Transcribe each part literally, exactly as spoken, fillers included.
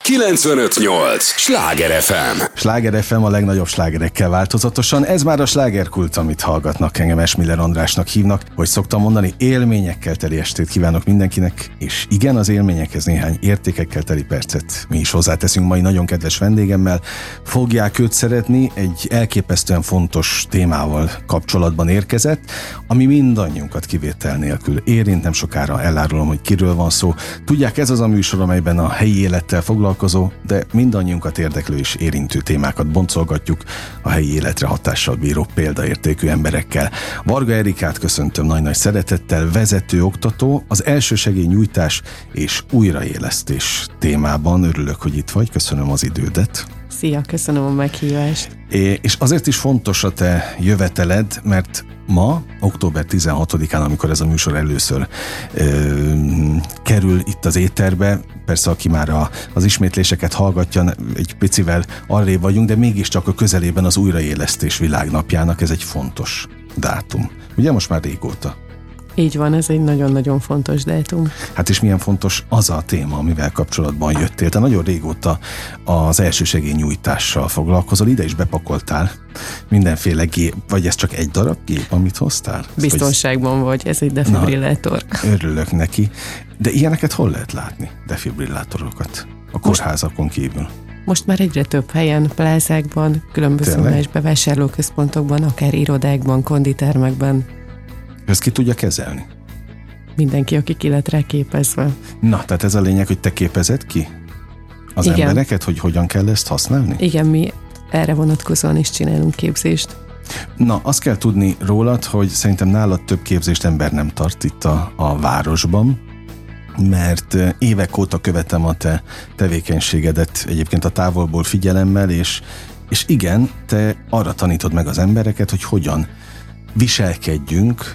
kilencvenöt nyolc Sláger ef em. Sláger ef em a legnagyobb slágerekkel változatosan. Ez már a slágerkult, amit hallgatnak. Engem Esmiller Andrásnak hívnak. Hogy szoktam mondani, élményekkel teli estét kívánok mindenkinek, és igen, az élményekhez néhány értékekkel teli percet mi is hozzáteszünk mai nagyon kedves vendégemmel. Fogják őt szeretni, egy elképesztően fontos témával kapcsolatban érkezett, ami mindannyiunkat kivétel nélkül érint. Nem sokára elárulom, hogy kiről van szó. Tudják, ez az a műsor, amelyben a helyi élettel foglalkozó, de mindannyiunkat érdeklő és érintő témákat boncolgatjuk a helyi életre hatással bíró példaértékű emberekkel. Varga Erikát köszöntöm nagy-nagy szeretettel, vezető oktató, az elsősegélynyújtás és újraélesztés témában. Örülök, hogy itt vagy, köszönöm az idődet. Szia, köszönöm a meghívást. É, és azért is fontos a te jöveteled, mert ma, október tizenhatodikán, amikor ez a műsor először ö, kerül itt az éterbe, persze aki már a, az ismétléseket hallgatja, egy picivel arrébb vagyunk, de mégiscsak a közelében az újraélesztés világnapjának ez egy fontos dátum. Ugye most már régóta? Így van, ez egy nagyon-nagyon fontos dátum. Hát és milyen fontos az a téma, amivel kapcsolatban jöttél. Te nagyon régóta az elsősegélynyújtással foglalkozol, ide is bepakoltál mindenféle gép, vagy ez csak egy darab gép, amit hoztál? Biztonságban vagy, ez egy defibrillátor. Na, örülök neki. De ilyeneket hol lehet látni, defibrillátorokat? A kórházakon kívül? Most már egyre több helyen, plázákban, különböző más bevásárlóközpontokban, akár irodákban, konditermekben. Ezt ki tudja kezelni? Mindenki, aki ki lett rá képezve. Na, tehát ez a lényeg, hogy te képezed ki az Igen. embereket, hogy hogyan kell ezt használni? Igen, mi erre vonatkozóan is csinálunk képzést. Na, azt kell tudni rólad, hogy szerintem nálad több képzést ember nem tart itt a, a városban, mert évek óta követem a te tevékenységedet egyébként a távolból figyelemmel, és, és igen, te arra tanítod meg az embereket, hogy hogyan viselkedjünk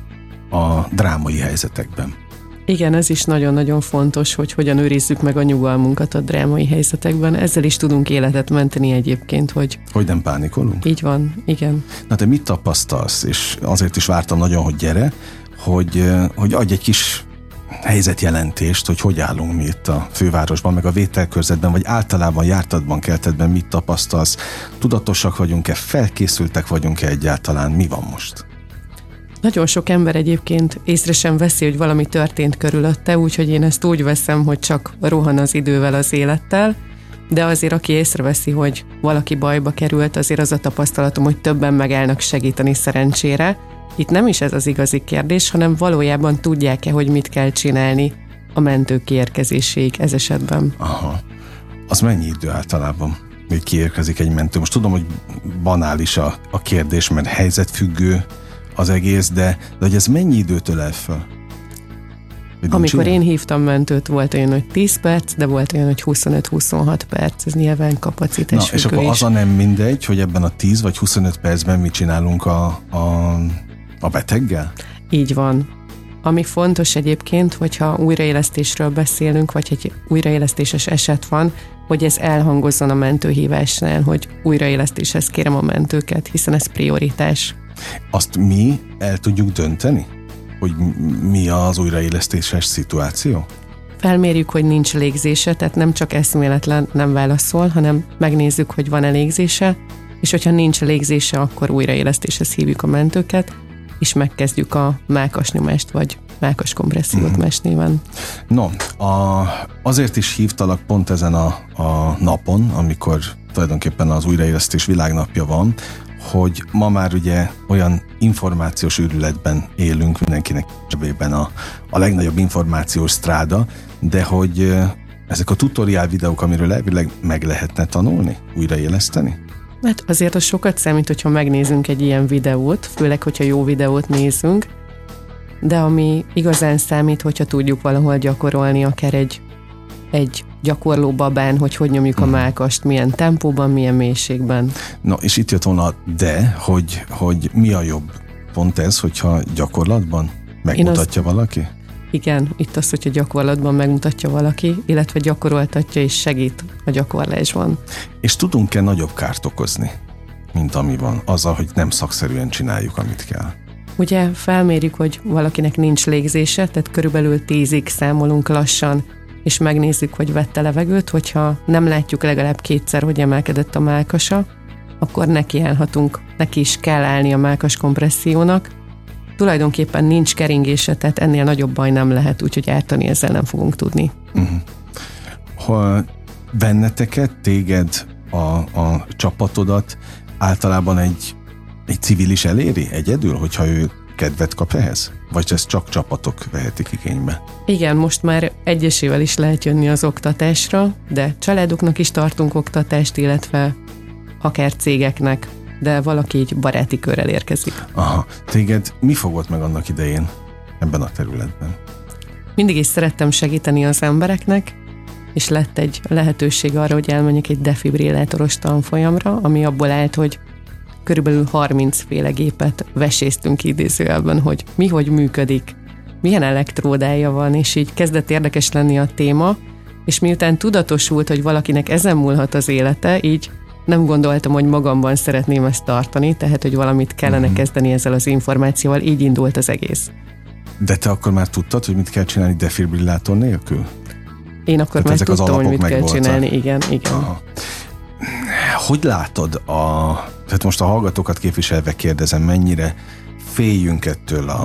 a drámai helyzetekben. Igen, ez is nagyon-nagyon fontos, hogy hogyan őrizzük meg a nyugalmunkat a drámai helyzetekben. Ezzel is tudunk életet menteni egyébként, hogy... Hogy nem pánikolunk? Így van, igen. Na te mit tapasztalsz? És azért is vártam nagyon, hogy gyere, hogy, hogy adj egy kis helyzetjelentést, hogy hogy állunk mi itt a fővárosban, meg a vételkörzetben, vagy általában jártatban, keltetben mit tapasztalsz? Tudatosak vagyunk-e? Felkészültek vagyunk-e egyáltalán? Mi van most? Nagyon sok ember egyébként észre sem veszi, hogy valami történt körülötte, úgyhogy én ezt úgy veszem, hogy csak rohan az idővel, az élettel, de azért aki észreveszi, hogy valaki bajba került, azért az a tapasztalatom, hogy többen megállnak segíteni szerencsére. Itt nem is ez az igazi kérdés, hanem valójában tudják-e, hogy mit kell csinálni a mentők kiérkezéséig ez esetben. Aha. Az mennyi idő általában, hogy kiérkezik egy mentő? Most tudom, hogy banális a, a kérdés, mert helyzetfüggő az egész, de, de hogy ez mennyi időt ölel fel? Amikor én hívtam mentőt, volt olyan, hogy tíz perc, de volt olyan, hogy huszonöt-huszonhat perc, ez nyilván kapacitás függő. És akkor az a nem mindegy, hogy ebben a tíz vagy huszonöt percben mit csinálunk a, a, a beteggel? Így van. Ami fontos egyébként, hogyha újraélesztésről beszélünk, vagy egy újraélesztéses eset van, hogy ez elhangozzon a mentőhívásnál, hogy újraélesztéshez kérem a mentőket, hiszen ez prioritás. Azt mi el tudjuk dönteni? Hogy mi az újraélesztéses szituáció? Felmérjük, hogy nincs légzése, tehát nem csak eszméletlen nem válaszol, hanem megnézzük, hogy van-e légzése, és hogyha nincs légzése, akkor újraélesztéshez hívjuk a mentőket, és megkezdjük a mákas nyomást, vagy mákas kompressziót mm-hmm. más néven. No, a, azért is hívtalak pont ezen a, a napon, amikor tulajdonképpen az újraélesztés világnapja van, hogy ma már ugye olyan információs őrületben élünk, mindenkinek zsebében a, a legnagyobb információs sztráda, de hogy ezek a tutoriál videók, amiről elvileg meg lehetne tanulni, újraéleszteni? Hát azért az sokat számít, hogyha megnézünk egy ilyen videót, főleg, hogyha jó videót nézünk, de ami igazán számít, hogyha tudjuk valahol gyakorolni, akár egy, egy gyakorló babán, hogy hogy nyomjuk a mákast, milyen tempóban, milyen mélységben. No, és itt jött volna de, hogy, hogy mi a jobb pont ez, hogyha gyakorlatban megmutatja az, valaki? Igen, itt az, hogyha gyakorlatban megmutatja valaki, illetve gyakoroltatja és segít a gyakorlásban. És tudunk-e nagyobb kárt okozni, mint ami van, azzal, hogy nem szakszerűen csináljuk, amit kell? Ugye felmérjük, hogy valakinek nincs légzése, tehát körülbelül tízig számolunk lassan, és megnézzük, hogy vette levegőt, hogyha nem látjuk legalább kétszer, hogy emelkedett a mellkasa, akkor nekiállhatunk, neki is kell állni a mellkas kompressziónak. Tulajdonképpen nincs keringése, tehát ennél nagyobb baj nem lehet, úgyhogy ártani ezzel nem fogunk tudni. Uh-huh. Ha benneteket, téged, a, a csapatodat általában egy, egy civil is eléri egyedül, hogyha ő kedvet kap ehhez? Vagy ezt csak csapatok vehetik igénybe? Igen, most már egyesével is lehet jönni az oktatásra, de családoknak is tartunk oktatást, illetve akár cégeknek, de valaki így baráti körrel érkezik. Aha. Téged mi fogott meg annak idején ebben a területben? Mindig is szerettem segíteni az embereknek, és lett egy lehetőség arra, hogy elmenjek egy defibrillátoros tanfolyamra, ami abból állt, hogy körülbelül harminc féle gépet veséztünk idézőjelben, hogy mi hogy működik, milyen elektródája van, és így kezdett érdekes lenni a téma, és miután tudatosult, hogy valakinek ezen múlhat az élete, így nem gondoltam, hogy magamban szeretném ezt tartani, tehát, hogy valamit kellene uh-huh. kezdeni ezzel az információval, így indult az egész. De te akkor már tudtad, hogy mit kell csinálni defibrillátor nélkül? Én akkor tehát már tudtam, hogy mit kell voltak. Csinálni, igen, igen. Aha. Hogy látod a... Tehát most a hallgatókat képviselve kérdezem, mennyire féljünk ettől a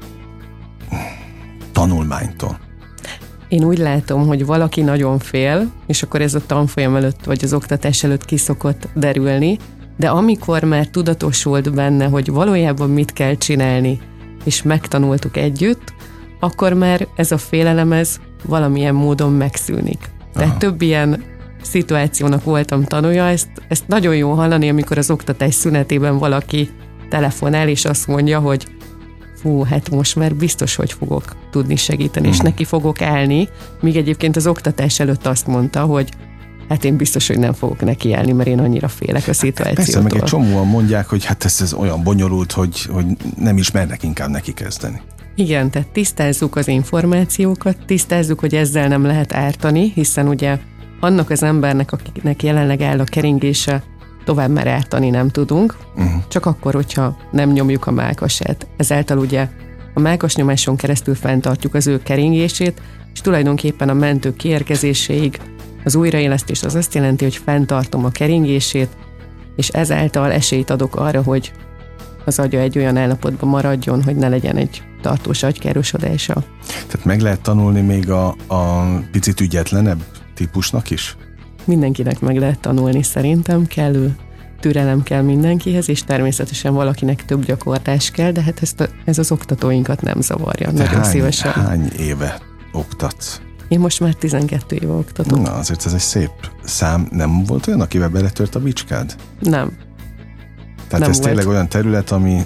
tanulmánytól? Én úgy látom, hogy valaki nagyon fél, és akkor ez a tanfolyam előtt, vagy az oktatás előtt ki szokott derülni, de amikor már tudatosult benne, hogy valójában mit kell csinálni, és megtanultuk együtt, akkor már ez a félelem, ez valamilyen módon megszűnik. Tehát Aha. több ilyen szituációnak voltam tanulja, ezt, ezt nagyon jó hallani, amikor az oktatás szünetében valaki telefonál, és azt mondja, hogy fú, hát most már biztos, hogy fogok tudni segíteni, és neki fogok állni, míg egyébként az oktatás előtt azt mondta, hogy hát én biztos, hogy nem fogok nekiállni, mert én annyira félek a szituációtól. Persze, meg egy csomóan mondják, hogy hát ez, ez olyan bonyolult, hogy, hogy nem is mernek inkább neki kezdeni. Igen, tehát tisztázzuk az információkat, tisztázzuk, hogy ezzel nem lehet ártani, hiszen ugye annak az embernek, akinek jelenleg áll a keringése, tovább már ártani nem tudunk, uh-huh. csak akkor, hogyha nem nyomjuk a mellkasát. Ezáltal ugye a mellkasnyomáson keresztül fenntartjuk az ő keringését, és tulajdonképpen a mentő kiérkezéséig az újraélesztés az azt jelenti, hogy fenntartom a keringését, és ezáltal esélyt adok arra, hogy az agya egy olyan állapotban maradjon, hogy ne legyen egy tartós agykárosodása. Tehát meg lehet tanulni még a, a picit ügyetlenebb típusnak is? Mindenkinek meg lehet tanulni szerintem, kellő türelem kell mindenkihez, és természetesen valakinek több gyakorlás kell, de hát ezt a, ez az oktatóinkat nem zavarja. De nagyon hány, szívesen. Hány éve oktatsz? Én most már tizenkettő éve oktatom. Na, azért ez egy szép szám. Nem volt olyan, akivel beletört a bicskád? Nem. Tehát nem ez volt. Tényleg olyan terület, ami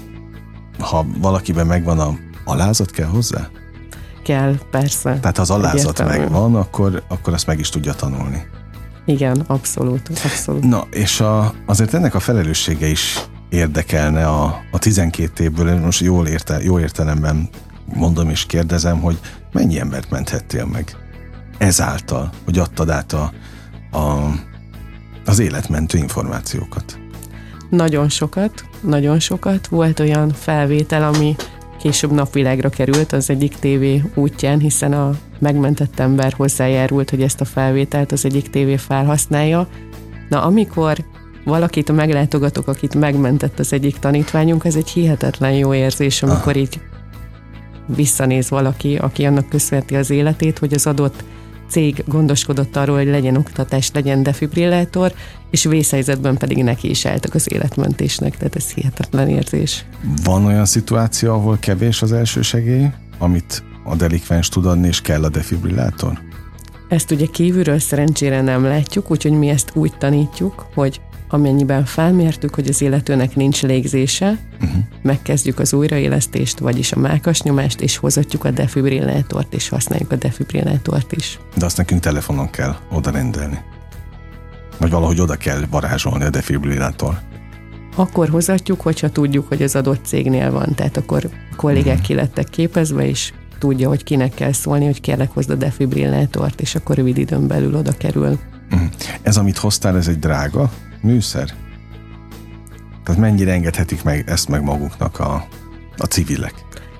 ha valakiben megvan a alázat, kell hozzá? Kell, persze. Tehát ha az alázat Egyértelmű. megvan, akkor, akkor azt meg is tudja tanulni. Igen, abszolút, abszolút. Na, és a, azért ennek a felelőssége is érdekelne a, a tizenkét évből, most jól, érte, jó értelemben mondom és kérdezem, hogy mennyi embert menthettél meg ezáltal, hogy adtad át a, a, az életmentő információkat? Nagyon sokat, nagyon sokat. Volt olyan felvétel, ami később napvilágra került az egyik tévé útján, hiszen a megmentett ember hozzájárult, hogy ezt a felvételt az egyik tévé felhasználja. Na, amikor valakit meglátogatok, akit megmentett az egyik tanítványunk, ez egy hihetetlen jó érzés, amikor így visszanéz valaki, aki annak köszönheti az életét, hogy az adott cég gondoskodott arról, hogy legyen oktatás, legyen defibrillátor, és vészhelyzetben pedig neki is álltak az életmentésnek, tehát ez hihetetlen érzés. Van olyan szituáció, ahol kevés az első segély, amit a delikvens tud adni, és kell a defibrillátor? Ezt ugye kívülről szerencsére nem látjuk, úgyhogy mi ezt úgy tanítjuk, hogy amennyiben felmértük, hogy az illetőnek nincs légzése, uh-huh. megkezdjük az újraélesztést, vagyis a mellkasnyomást, és hozatjuk a defibrillátort, és használjuk a defibrillátort is. De azt nekünk telefonon kell oda rendelni. Vagy valahogy oda kell varázsolni a defibrillátor. Akkor hozatjuk, hogyha tudjuk, hogy az adott cégnél van. Tehát akkor a kollégák uh-huh. ki lettek képezve, és tudja, hogy kinek kell szólni, hogy kérlek hozd a defibrillátort, és akkor rövid időn belül oda kerül. Uh-huh. Ez, amit hoztál, ez egy drága műszer? Tehát mennyire engedhetik meg ezt meg maguknak a, a civilek?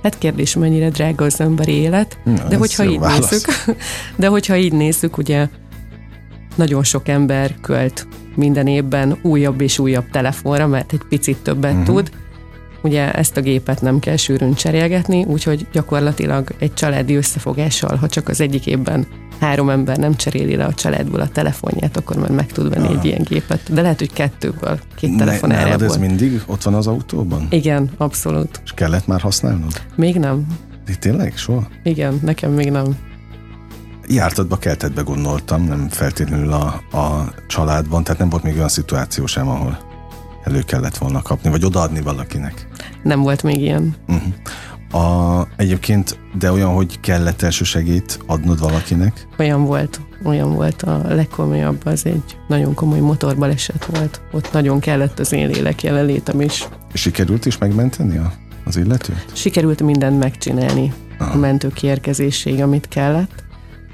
Hát kérdés, mennyire drága az emberi élet, Na, de hogyha így válasz. nézzük, de hogyha így nézzük, ugye nagyon sok ember költ minden évben újabb és újabb telefonra, mert egy picit többet uh-huh. tud. Ugye ezt a gépet nem kell sűrűn cserélgetni, úgyhogy gyakorlatilag egy családi összefogással, ha csak az egyik évben három ember nem cseréli le a családból a telefonját, akkor már meg tud venni Aha. egy ilyen gépet. De lehet, hogy kettőből, két telefonárából. Nálad ez mindig ott van az autóban? Igen, abszolút. És kellett már használnod? Még nem. De tényleg? Soha? Igen, nekem még nem. Jártatba, keltetbe gondoltam, nem feltétlenül a, a családban, tehát nem volt még olyan szituáció sem, ahol elő kellett volna kapni, vagy odaadni valakinek. Nem volt még ilyen. Uh-huh. A, egyébként, de olyan, hogy kellett elsősegélyt adnod valakinek? Olyan volt, olyan volt. A legkomolyabb az egy nagyon komoly motorbaleset volt. Ott nagyon kellett az én lélek jelenlétem is. És sikerült is megmenteni a, az illetőt? Sikerült mindent megcsinálni. Aha. A mentő kiérkezéséig, amit kellett.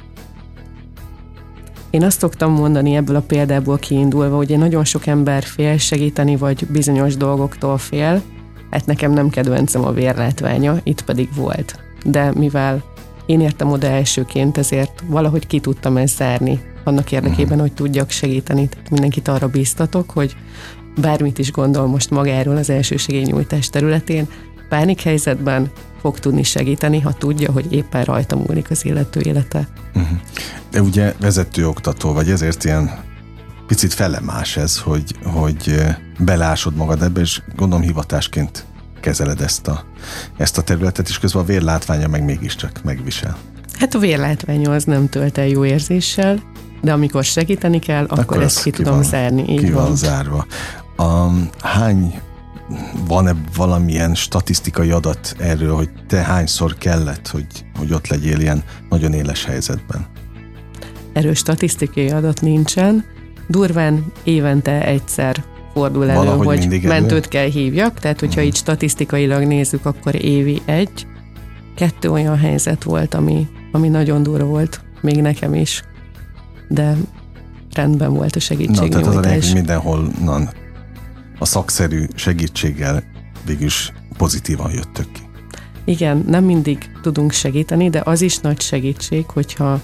Én azt szoktam mondani ebből a példából kiindulva, hogy én nagyon sok ember fél segíteni, vagy bizonyos dolgoktól fél. Hát nekem nem kedvencem a vérlátványa, itt pedig volt. De mivel én értem oda elsőként, ezért valahogy ki tudtam ezt zárni. Annak érdekében, hogy tudjak segíteni. Tehát mindenkit arra bíztatok, hogy bármit is gondol most magáról az elsősegélynyújtás területén, pánikhelyzetben fog tudni segíteni, ha tudja, hogy éppen rajta múlik az illető élete. Uh-huh. De ugye vezető-oktató vagy, ezért ilyen picit felemás ez, hogy, hogy belásod magad ebbe, és gondolom hivatásként kezeled ezt a, ezt a területet, és közben a vérlátványa meg mégiscsak megvisel. Hát a vérlátványa az nem tölt el jó érzéssel, de amikor segíteni kell, akkor, akkor ezt ki, ki tudom van, zárni. Így ki van. van zárva. A, hány van-e valamilyen statisztikai adat erről, hogy te hányszor kellett, hogy, hogy ott legyél ilyen nagyon éles helyzetben? Erről statisztikai adat nincsen. Durván évente egyszer fordul elő, valahogy hogy mentőt elő? kell hívjak, tehát hogyha hmm. így statisztikailag nézzük, akkor évi egy. Kettő olyan helyzet volt, ami, ami nagyon durva volt, még nekem is, de rendben volt a segítségnyújtás. Na, tehát az a lényeg, hogy mindenhonnan a szakszerű segítséggel végülis pozitívan jöttök ki. Igen, nem mindig tudunk segíteni, de az is nagy segítség, hogyha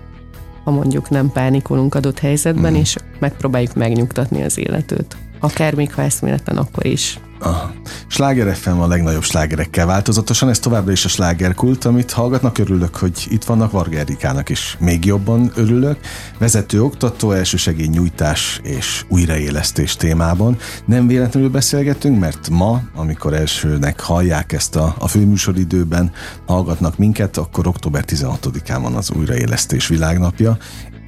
ha mondjuk nem pánikolunk adott helyzetben, mm. és megpróbáljuk megnyugtatni az illetőt. Akár még ha eszméletlen, akkor is. Aha. Sláger ef em a legnagyobb slágerekkel változatosan, ez továbbra is a slágerkult, amit hallgatnak, örülök, hogy itt vannak, Varga Erikának is még jobban örülök. Vezető oktató, elsősegély nyújtás és újraélesztés témában. Nem véletlenül beszélgetünk, mert ma, amikor elsőnek hallják ezt a, a főműsoridőben, hallgatnak minket, akkor október tizenhatodikán van az újraélesztés világnapja,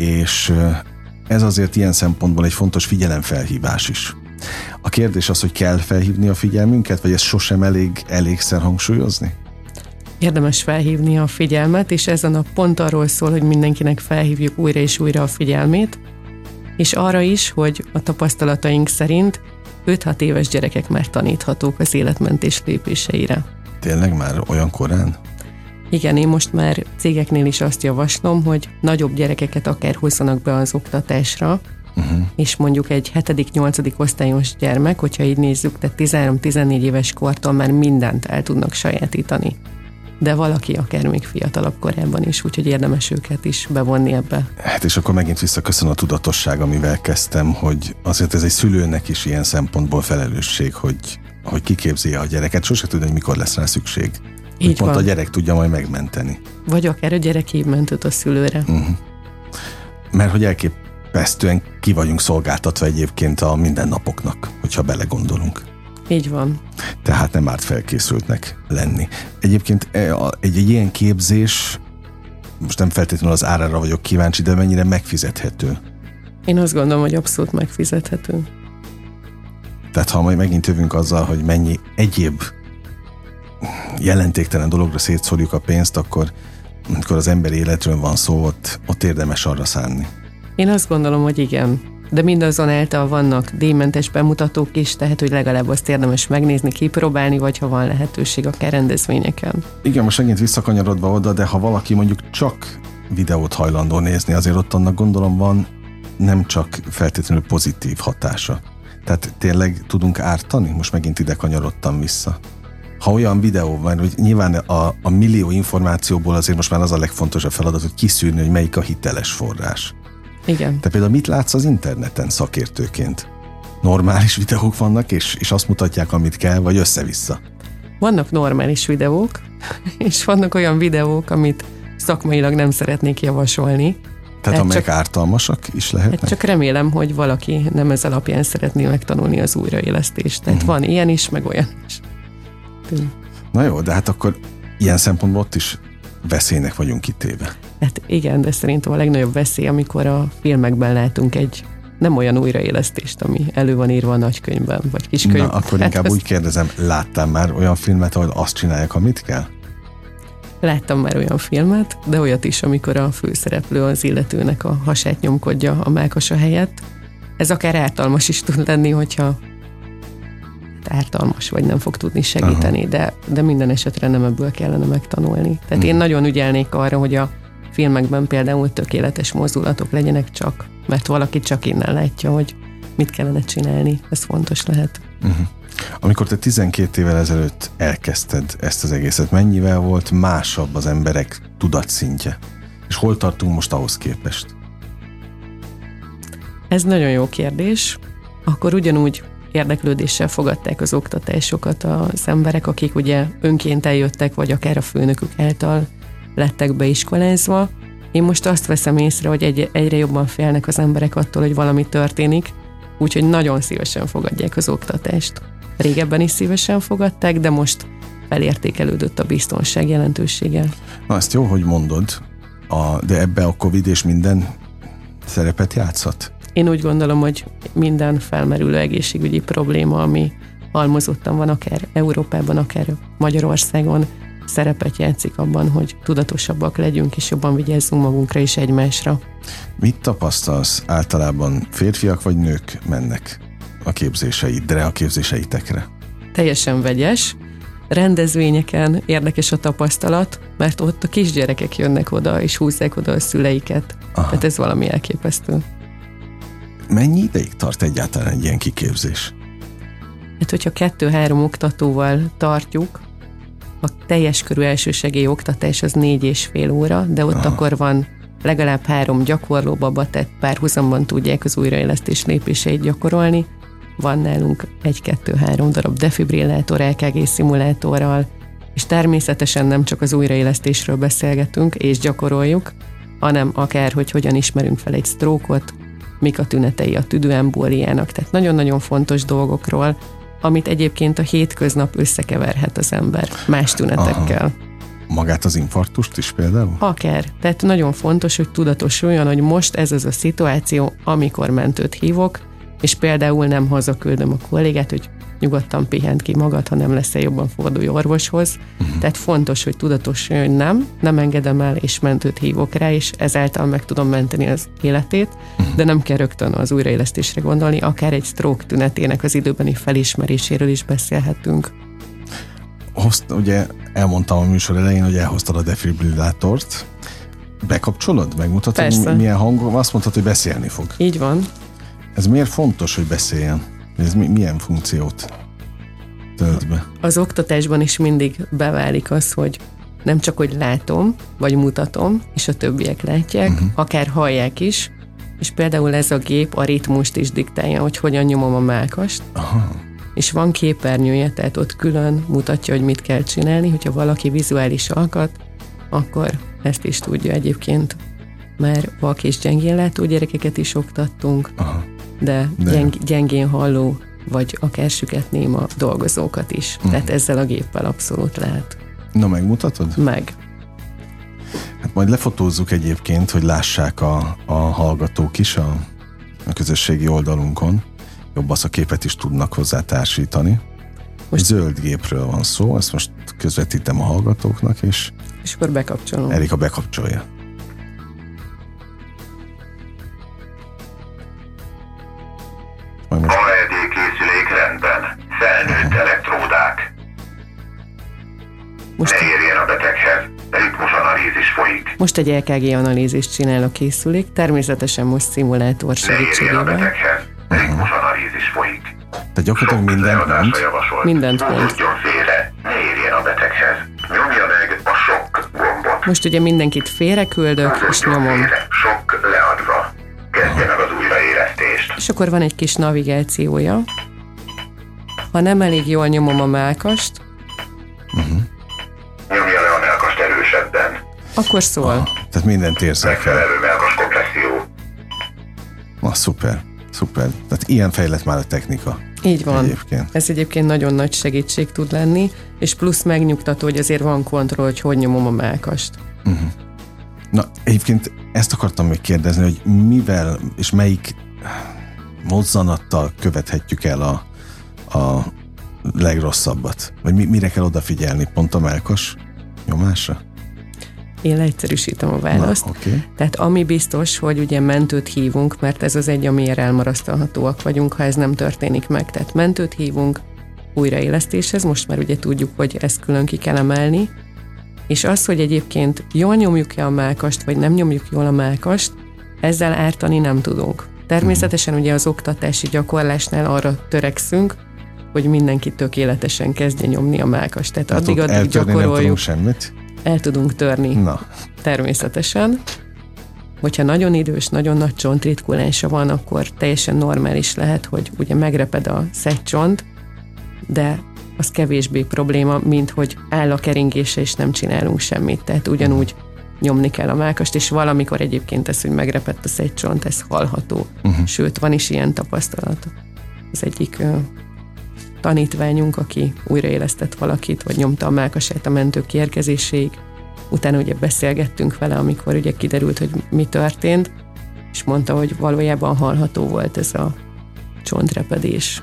és ez azért ilyen szempontból egy fontos figyelemfelhívás is. A kérdés az, hogy kell felhívni a figyelmünket, vagy ez sosem elég, elégszer hangsúlyozni? Érdemes felhívni a figyelmet, és ezen a pont arról szól, hogy mindenkinek felhívjuk újra és újra a figyelmét, és arra is, hogy a tapasztalataink szerint öt-hat éves gyerekek már taníthatók az életmentés lépéseire. Tényleg már olyan korán? Igen, én most már cégeknél is azt javaslom, hogy nagyobb gyerekeket akár hozzanak be az oktatásra, uh-huh. és mondjuk egy hetedik-nyolcadik osztályos gyermek, hogyha így nézzük, tehát tizenhárom-tizennégy éves kortól már mindent el tudnak sajátítani. De valaki akár még fiatalabb korában is, úgyhogy érdemes őket is bevonni ebbe. Hát és akkor megint visszaköszön a tudatosság, amivel kezdtem, hogy azért ez egy szülőnek is ilyen szempontból felelősség, hogy, hogy kiképzi a gyereket, sose tudja, hogy mikor lesz rá szükség. Így pont van. A gyerek tudja majd megmenteni. Vagy akár a gyerek hív mentőt a szülőre. Uh-huh. Mert hogy elképesztően ki vagyunk szolgáltatva egyébként a mindennapoknak, hogyha belegondolunk. Így van. Tehát nem árt felkészültnek lenni. Egyébként egy, egy ilyen képzés, most nem feltétlenül az árára vagyok kíváncsi, de mennyire megfizethető? Én azt gondolom, hogy abszolút megfizethető. Tehát ha majd megint jövünk azzal, hogy mennyi egyéb jelentéktelen dologra szétszórjuk a pénzt, akkor amikor az emberi életről van szó, ott, ott érdemes arra szánni. Én azt gondolom, hogy igen. De mindazonáltal vannak díjmentes bemutatók is, tehát hogy legalább azt érdemes megnézni, kipróbálni, vagy ha van lehetőség akár rendezvényeken. Igen, most megint visszakanyarodva oda, de ha valaki mondjuk csak videót hajlandó nézni, azért ott annak gondolom van nem csak feltétlenül pozitív hatása. Tehát tényleg tudunk ártani? Most megint ide kanyarodtam vissza. ha olyan videó van, hogy nyilván a, a millió információból azért most már az a legfontosabb feladat, hogy kiszűrni, hogy melyik a hiteles forrás. Igen. Te például mit látsz az interneten szakértőként? Normális videók vannak, és, és azt mutatják, amit kell, vagy össze-vissza? Vannak normális videók, és vannak olyan videók, amit szakmailag nem szeretnék javasolni. Tehát amelyek csak, ártalmasak is lehetnek? Hát csak remélem, hogy valaki nem ez alapján szeretné megtanulni az újraélesztést. Tehát uh-huh. van ilyen is, meg olyan is. Na jó, de hát akkor ilyen szempontból ott is veszélynek vagyunk kitéve. Hát igen, de szerintem a legnagyobb veszély, amikor a filmekben látunk egy nem olyan újraélesztést, ami elő van írva a nagykönyvben, vagy kiskönyvben. Na, akkor hát inkább azt... úgy kérdezem, láttál már olyan filmet, ahol azt csinálják, amit kell? Láttam már olyan filmet, de olyat is, amikor a főszereplő az illetőnek a hasát nyomkodja a mellkasa helyett. Ez akár ártalmas is tud lenni, hogyha ártalmas, vagy nem fog tudni segíteni, de, de minden esetre nem ebből kellene megtanulni. Tehát uh-huh. én nagyon ügyelnék arra, hogy a filmekben például tökéletes mozdulatok legyenek csak, mert valaki csak innen látja, hogy mit kellene csinálni. Ez fontos lehet. Uh-huh. Amikor te tizenkét évvel ezelőtt elkezdted ezt az egészet, mennyivel volt másabb az emberek tudatszintje? És hol tartunk most ahhoz képest? Ez nagyon jó kérdés. Akkor ugyanúgy érdeklődéssel fogadták az oktatásokat az emberek, akik ugye önként eljöttek, vagy akár a főnökük által lettek beiskolázva. Én most azt veszem észre, hogy egy, egyre jobban félnek az emberek attól, hogy valami történik, úgyhogy nagyon szívesen fogadják az oktatást. Régebben is szívesen fogadták, de most felértékelődött a biztonság jelentősége. Na, ezt jó, hogy mondod, a, de ebbe a Covid és minden szerepet játszhat? Én úgy gondolom, hogy minden felmerülő egészségügyi probléma, ami halmozottan van, akár Európában, akár Magyarországon, szerepet játszik abban, hogy tudatosabbak legyünk, és jobban vigyázzunk magunkra és egymásra. Mit tapasztalsz? Általában férfiak vagy nők mennek a képzéseidre, a képzéseitekre? Teljesen vegyes. Rendezvényeken érdekes a tapasztalat, mert ott a kisgyerekek jönnek oda, és húzzák oda a szüleiket. Aha. Tehát ez valami elképesztő. Mennyi ideig tart egyáltalán egy ilyen kiképzés? Hát, hogyha kettő-három oktatóval tartjuk, a teljes körű elsősegély oktatás az négy és fél óra, de ott Aha. akkor van legalább három gyakorlóbaba, tehát párhuzamban tudják az újraélesztés lépéseit gyakorolni. Van nálunk egy-kettő-három darab defibrillátor, é ká gé szimulátorral, és természetesen nem csak az újraélesztésről beszélgetünk és gyakoroljuk, hanem akár, hogy hogyan ismerünk fel egy sztrókot, mik a tünetei a tüdőembóliának, tehát nagyon-nagyon fontos dolgokról, amit egyébként a hétköznap összekeverhet az ember más tünetekkel. Aha. Magát az infarktust is például? Akár. Tehát nagyon fontos, hogy tudatosuljon, hogy most ez az a szituáció, amikor mentőt hívok, és például nem hazaküldöm a kollégát, hogy nyugodtan pihent ki magad, ha nem lesz-e jobban, fordulj orvoshoz. Uh-huh. Tehát fontos, hogy tudatosuljon, hogy nem, nem engedem el, és mentőt hívok rá, és ezáltal meg tudom menteni az életét, uh-huh. de nem kell rögtön az újraélesztésre gondolni, akár egy stroke tünetének az időbeni felismeréséről is beszélhetünk. Hozt, ugye elmondtam a műsor elején, hogy elhoztad a defibrillátort. Bekapcsolod? Megmutatod, Persze. milyen hang? Azt mondtad, hogy beszélni fog. Így van. Ez miért fontos, hogy beszéljen? Ez mi, milyen funkciót tölt be? Az oktatásban is mindig beválik az, hogy nem csak, hogy látom, vagy mutatom, és a többiek látják, uh-huh. akár hallják is, és például ez a gép a ritmust is diktálja, hogy hogyan nyomom a mellkast. Aha. És van képernyője, tehát ott külön mutatja, hogy mit kell csinálni, hogyha valaki vizuális alkat, akkor ezt is tudja egyébként. Már vak és gyengén látó gyerekeket is oktattunk, Aha. de, de gyeng, gyengén halló, vagy akár süket néma dolgozókat is. Uh-huh. Tehát ezzel a géppel abszolút lehet. Na, megmutatod? Meg. Hát majd lefotózzuk egyébként, hogy lássák a, a hallgatók is a, a közösségi oldalunkon. Jobb az a képet is tudnak hozzá társítani. Most zöld gépről van szó, ezt most közvetítem a hallgatóknak, és, és akkor bekapcsolom. Erika bekapcsolja. Most... A é dé készülék rendben. Felnőtt Aha. elektródák. Most ne érjen a beteghez. Ritmusanalízis folyik. Most egy é ká gé analízist csinál a készülék, természetesen most szimulátor segítségével. Ne érjen a beteghez. Ritmusanalízis folyik. Tehát gyakorlatilag mindent mond. Mindent mond. Félre. Ne a beteghez. Nyomja meg a sokk gombot. Most ugye mindenkit félreküldök, és nyomom. Sokk leadva. Kezdje meg az újraélesztést. És akkor van egy kis navigációja. Ha nem elég jól nyomom a mellkast, Uh-huh. Nyomja le a mellkast erősebben. akkor szól. Ah, tehát mindent érzek el. Megfelelő mellkas kompresszió. Ah, szuper, szuper. Tehát ilyen fejlett már a technika. Így van. Egyébként. Ez egyébként nagyon nagy segítség tud lenni, és plusz megnyugtató, hogy azért van kontroll, hogy hogy nyomom a mellkast. Uh-huh. Na, egyébként ezt akartam még kérdezni, hogy mivel és melyik mozzanattal követhetjük el a, a legrosszabbat? Vagy mi, mire kell odafigyelni? Pont a mellkas nyomásra? Én leegyszerűsítem a választ. Na, okay. Tehát ami biztos, hogy ugye mentőt hívunk, mert ez az egy, amiért elmarasztalhatóak vagyunk, ha ez nem történik meg. Tehát mentőt hívunk újraélesztéshez, most már ugye tudjuk, hogy ezt külön ki kell emelni, és az, hogy egyébként jól nyomjuk-e a mellkast, vagy nem nyomjuk jól a mellkast, ezzel ártani nem tudunk. Természetesen ugye az oktatási gyakorlásnál arra törekszünk, hogy mindenki tökéletesen kezdje nyomni a mellkast. Tehát Hát addig, addig gyakoroljuk. Semmit? El tudunk törni. Na. Természetesen. Hogyha nagyon idős, nagyon nagy csontritkulása van, akkor teljesen normális lehet, hogy ugye megreped a szedcsont, de az kevésbé probléma, mint hogy áll a keringése, és nem csinálunk semmit. Tehát ugyanúgy nyomni kell a mellkast, és valamikor egyébként ez, hogy megrepett a szedcsont, ez hallható. Uh-huh. Sőt, van is ilyen tapasztalat. Az egyik uh, tanítványunk, aki újraélesztett valakit, vagy nyomta a mellkasát a mentők kiérkezéséig. Utána ugye beszélgettünk vele, amikor ugye kiderült, hogy mi történt, és mondta, hogy valójában hallható volt ez a csontrepedés.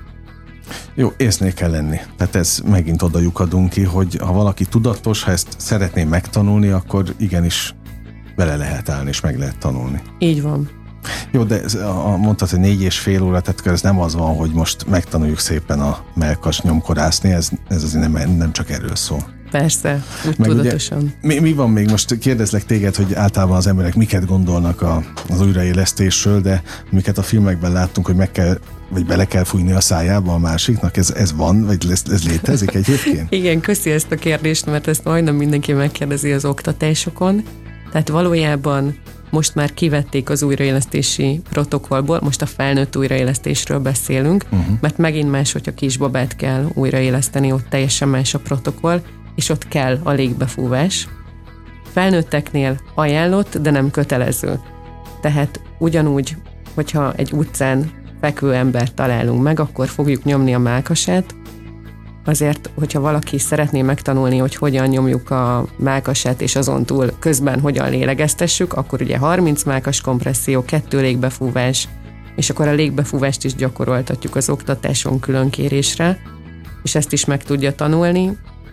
Jó, észnél kell lenni. Tehát ez megint oda lyukadunk ki, hogy ha valaki tudatos, ha ezt szeretné megtanulni, akkor igenis bele lehet állni, és meg lehet tanulni. Így van. Jó, de ez, a, mondtad, hogy négy és fél óra, tehát ez nem az van, hogy most megtanuljuk szépen a mellkas nyomkorászni, ez, ez azért nem, nem csak erről szól. Persze, úgy Meg tudatosan. Ugye, mi, mi van még? Most kérdezlek téged, hogy általában az emberek miket gondolnak a, az újraélesztésről, de miket a filmekben láttunk, hogy meg kell, vagy bele kell fújni a szájába a másiknak, ez, ez van, vagy ez, ez létezik egyébként? Igen, köszi ezt a kérdést, mert ezt majdnem mindenki megkérdezi az oktatásokon. Tehát valójában most már kivették az újraélesztési protokollból, most a felnőtt újraélesztésről beszélünk, uh-huh. mert megint más, hogyha kisbabát kell újraéleszteni, ott teljesen más a protokoll, és ott kell a légbefúvás. Felnőtteknél ajánlott, de nem kötelező. Tehát ugyanúgy, hogyha egy utcán fekvő embert találunk meg, akkor fogjuk nyomni a mellkasát. Azért, hogyha valaki szeretné megtanulni, hogy hogyan nyomjuk a mellkasát, és azon túl közben hogyan lélegeztessük, akkor ugye harminc mellkas kompresszió, kettő légbefúvás, és akkor a légbefúvást is gyakoroltatjuk az oktatáson különkérésre, és ezt is meg tudja tanulni.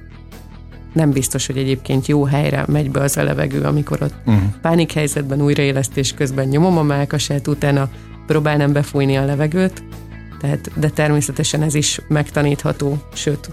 Nem biztos, hogy egyébként jó helyre megy be az a levegő, amikor ott uh-huh. pánikhelyzetben újraélesztés közben nyomom a mellkasát, utána próbálnám befújni a levegőt, tehát, de természetesen ez is megtanítható, sőt,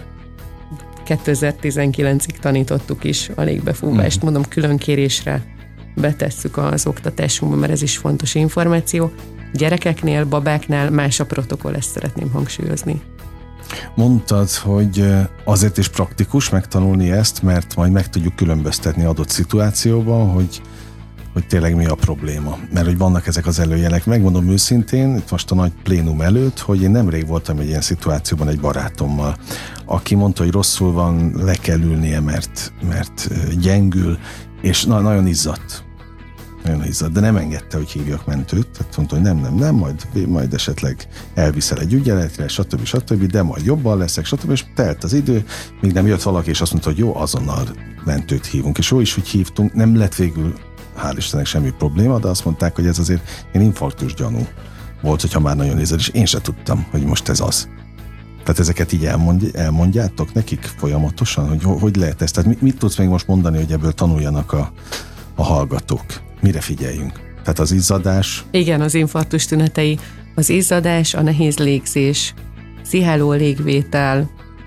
kétezer-tizenkilencig tanítottuk is a légbefúvást, uh-huh. mondom, különkérésre betesszük az oktatásunkba, mert ez is fontos információ. Gyerekeknél, babáknál más a protokoll, ezt szeretném hangsúlyozni. Mondtad, hogy azért is praktikus megtanulni ezt, mert majd meg tudjuk különböztetni adott szituációban, hogy, hogy tényleg mi a probléma. Mert hogy vannak ezek az előjelek. Megmondom őszintén, itt most a nagy plénum előtt, hogy én nemrég voltam egy ilyen szituációban egy barátommal, aki mondta, hogy rosszul van, le kell ülnie, mert, mert gyengül, és na, nagyon izzadt. Nagyon izzadt, de nem engedte, hogy hívjak mentőt, tehát mondta, hogy nem, nem, nem, majd, majd esetleg elviszel egy ügyeletre, stb. stb., de majd jobban leszek, stb. És telt az idő, míg nem jött valaki, és azt mondta, hogy jó, azonnal mentőt hívunk. És jó is, hogy hívtunk, nem lett végül, hál' Istennek semmi probléma, de azt mondták, hogy ez azért ilyen infarktus gyanú volt, hogyha már nagyon izzadt, és én se tudtam, hogy most ez az. Tehát ezeket így elmondj, elmondjátok nekik folyamatosan, hogy hogy lehet ez? Tehát mit, mit tudsz még most mondani, hogy ebből tanuljanak a, a hallgatók? Mire figyeljünk? Tehát az izzadás? Igen, az infarktus tünetei. Az izzadás, a nehéz légzés, sziháló légvétel,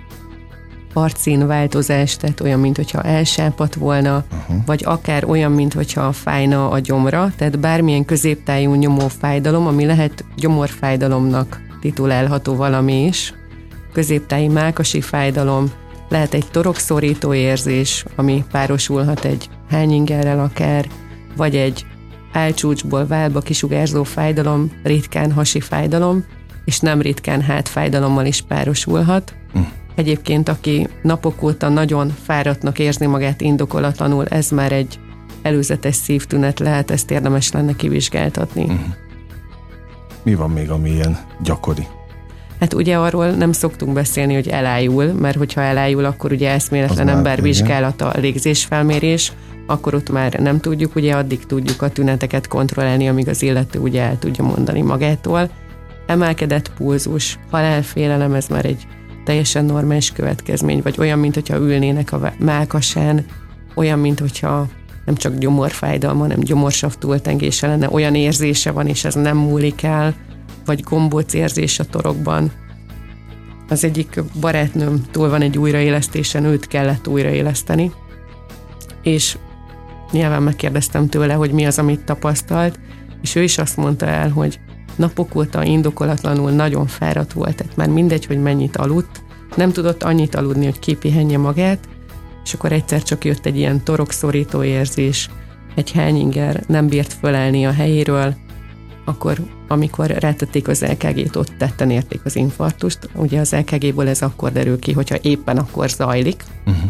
arcszínváltozás, tehát olyan, mintha elsápadt volna, uh-huh. vagy akár olyan, mintha fájna a gyomra, tehát bármilyen középtájú nyomófájdalom, ami lehet gyomorfájdalomnak titulálható valami is, középtáji mellkasi fájdalom, lehet egy torokszorító érzés, ami párosulhat egy hányingerrel akár, vagy egy állcsúcsból válba kisugárzó fájdalom, ritkán hasi fájdalom, és nem ritkán hátfájdalommal is párosulhat. Mm. Egyébként, aki napok óta nagyon fáradtnak érzi magát indokolatlanul, ez már egy előzetes szívtünet lehet, ezt érdemes lenne kivizsgáltatni. Mm. Mi van még, ami ilyen gyakori? Hát ugye arról nem szoktunk beszélni, hogy elájul, mert hogyha elájul, akkor ugye eszméletlen embervizsgálata, a légzésfelmérés, akkor ott már nem tudjuk, ugye addig tudjuk a tüneteket kontrollálni, amíg az illető ugye el tudja mondani magától. Emelkedett pulzus, halálfélelem, ez már egy teljesen normális következmény, vagy olyan, mint hogyha ülnének a mellkasán, olyan, mint hogyha nem csak gyomorfájdalma, hanem gyomorsav túltengése lenne, olyan érzése van, és ez nem múlik el, vagy gombóc érzés a torokban. Az egyik barátnőm túl van egy újraélesztésen, őt kellett újraéleszteni, és nyilván megkérdeztem tőle, hogy mi az, amit tapasztalt, és ő is azt mondta el, hogy napok óta indokolatlanul nagyon fáradt volt, tehát már mindegy, hogy mennyit aludt, nem tudott annyit aludni, hogy kipihenje magát, és akkor egyszer csak jött egy ilyen torokszorító érzés, egy hányinger, nem bírt fölállni a helyéről, akkor amikor rátették az é ká gét, ott tetten érték az infarktust. Ugye az é ká géból ez akkor derül ki, hogyha éppen akkor zajlik, uh-huh.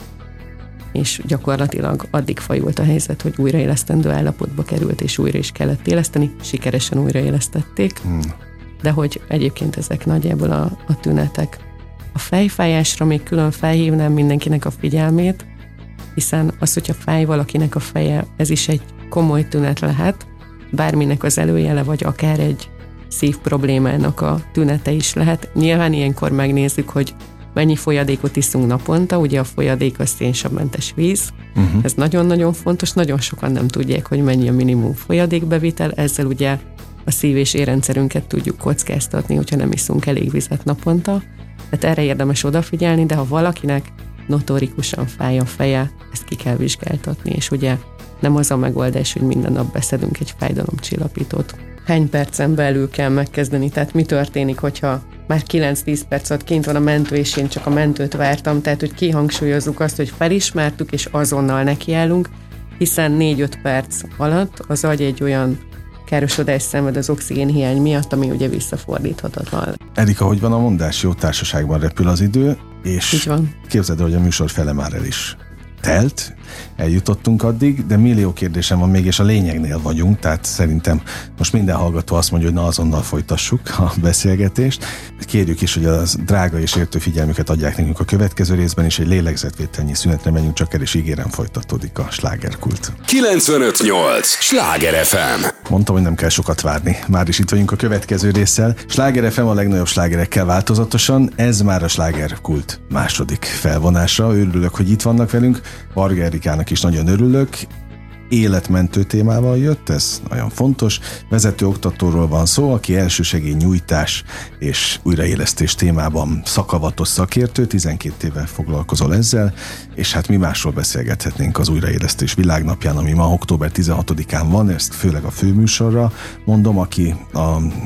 és gyakorlatilag addig fajult a helyzet, hogy újraélesztendő állapotba került, és újra is kellett éleszteni, sikeresen újraélesztették, uh-huh. de hogy egyébként ezek nagyjából a, a tünetek. A fejfájásra még külön felhívnám mindenkinek a figyelmét, hiszen az, hogyha fáj valakinek a feje, ez is egy komoly tünet lehet, bárminek az előjele, vagy akár egy szív problémának a tünete is lehet. Nyilván ilyenkor megnézzük, hogy mennyi folyadékot iszunk naponta, ugye a folyadék az szénsavmentes víz, uh-huh. ez nagyon-nagyon fontos, nagyon sokan nem tudják, hogy mennyi a minimum folyadékbevitel, ezzel ugye a szív- és érrendszerünket tudjuk kockáztatni, hogyha nem iszunk elég vizet naponta, tehát erre érdemes odafigyelni, de ha valakinek notorikusan fáj a feje, ezt ki kell vizsgáltatni, és ugye nem az a megoldás, hogy minden nap beszedünk egy fájdalomcsillapítót. Hány percen belül kell megkezdeni? Tehát mi történik, hogyha már kilenc-tíz perc alatt kint van a mentő, és én csak a mentőt vártam, tehát hogy kihangsúlyozzuk azt, hogy felismertük, és azonnal nekiállunk, hiszen négy-öt perc alatt az agy egy olyan károsodást szenved az oxigénhiány miatt, ami ugye visszafordíthatatlan. Erika, hogy van a mondás? Jó társaságban repül az idő, és így van. Képzeld, hogy a műsor fele már el is telt, eljutottunk addig, de millió kérdésem van még, és a lényegnél vagyunk, tehát szerintem most minden hallgató azt mondja, hogy na azonnal folytassuk a beszélgetést. Kérjük is, hogy a drága és értő figyelmüket adják nekünk a következő részben, és egy lélegzetvételnyi szünetre menjünk csak el, és ígérem, folytatódik a slágerkult. kilencvenöt nyolc Sláger ef em. Mondtam, hogy nem kell sokat várni. Már is itt vagyunk a következő résszel. Sláger ef em a legnagyobb slágerekkel változatosan. Ez már a slágerkult második felvonása. Örülök, hogy itt vannak velünk. Varga Erikának is nagyon örülök. Életmentő témával jött, ez nagyon fontos. Vezető oktatóról van szó, aki elsősegély nyújtás és újraélesztés témában szakavatos szakértő, tizenkét éve foglalkozol ezzel, és hát mi másról beszélgethetnénk az újraélesztés világnapján, ami ma október tizenhatodikán van, ezt főleg a főműsorra mondom, aki a,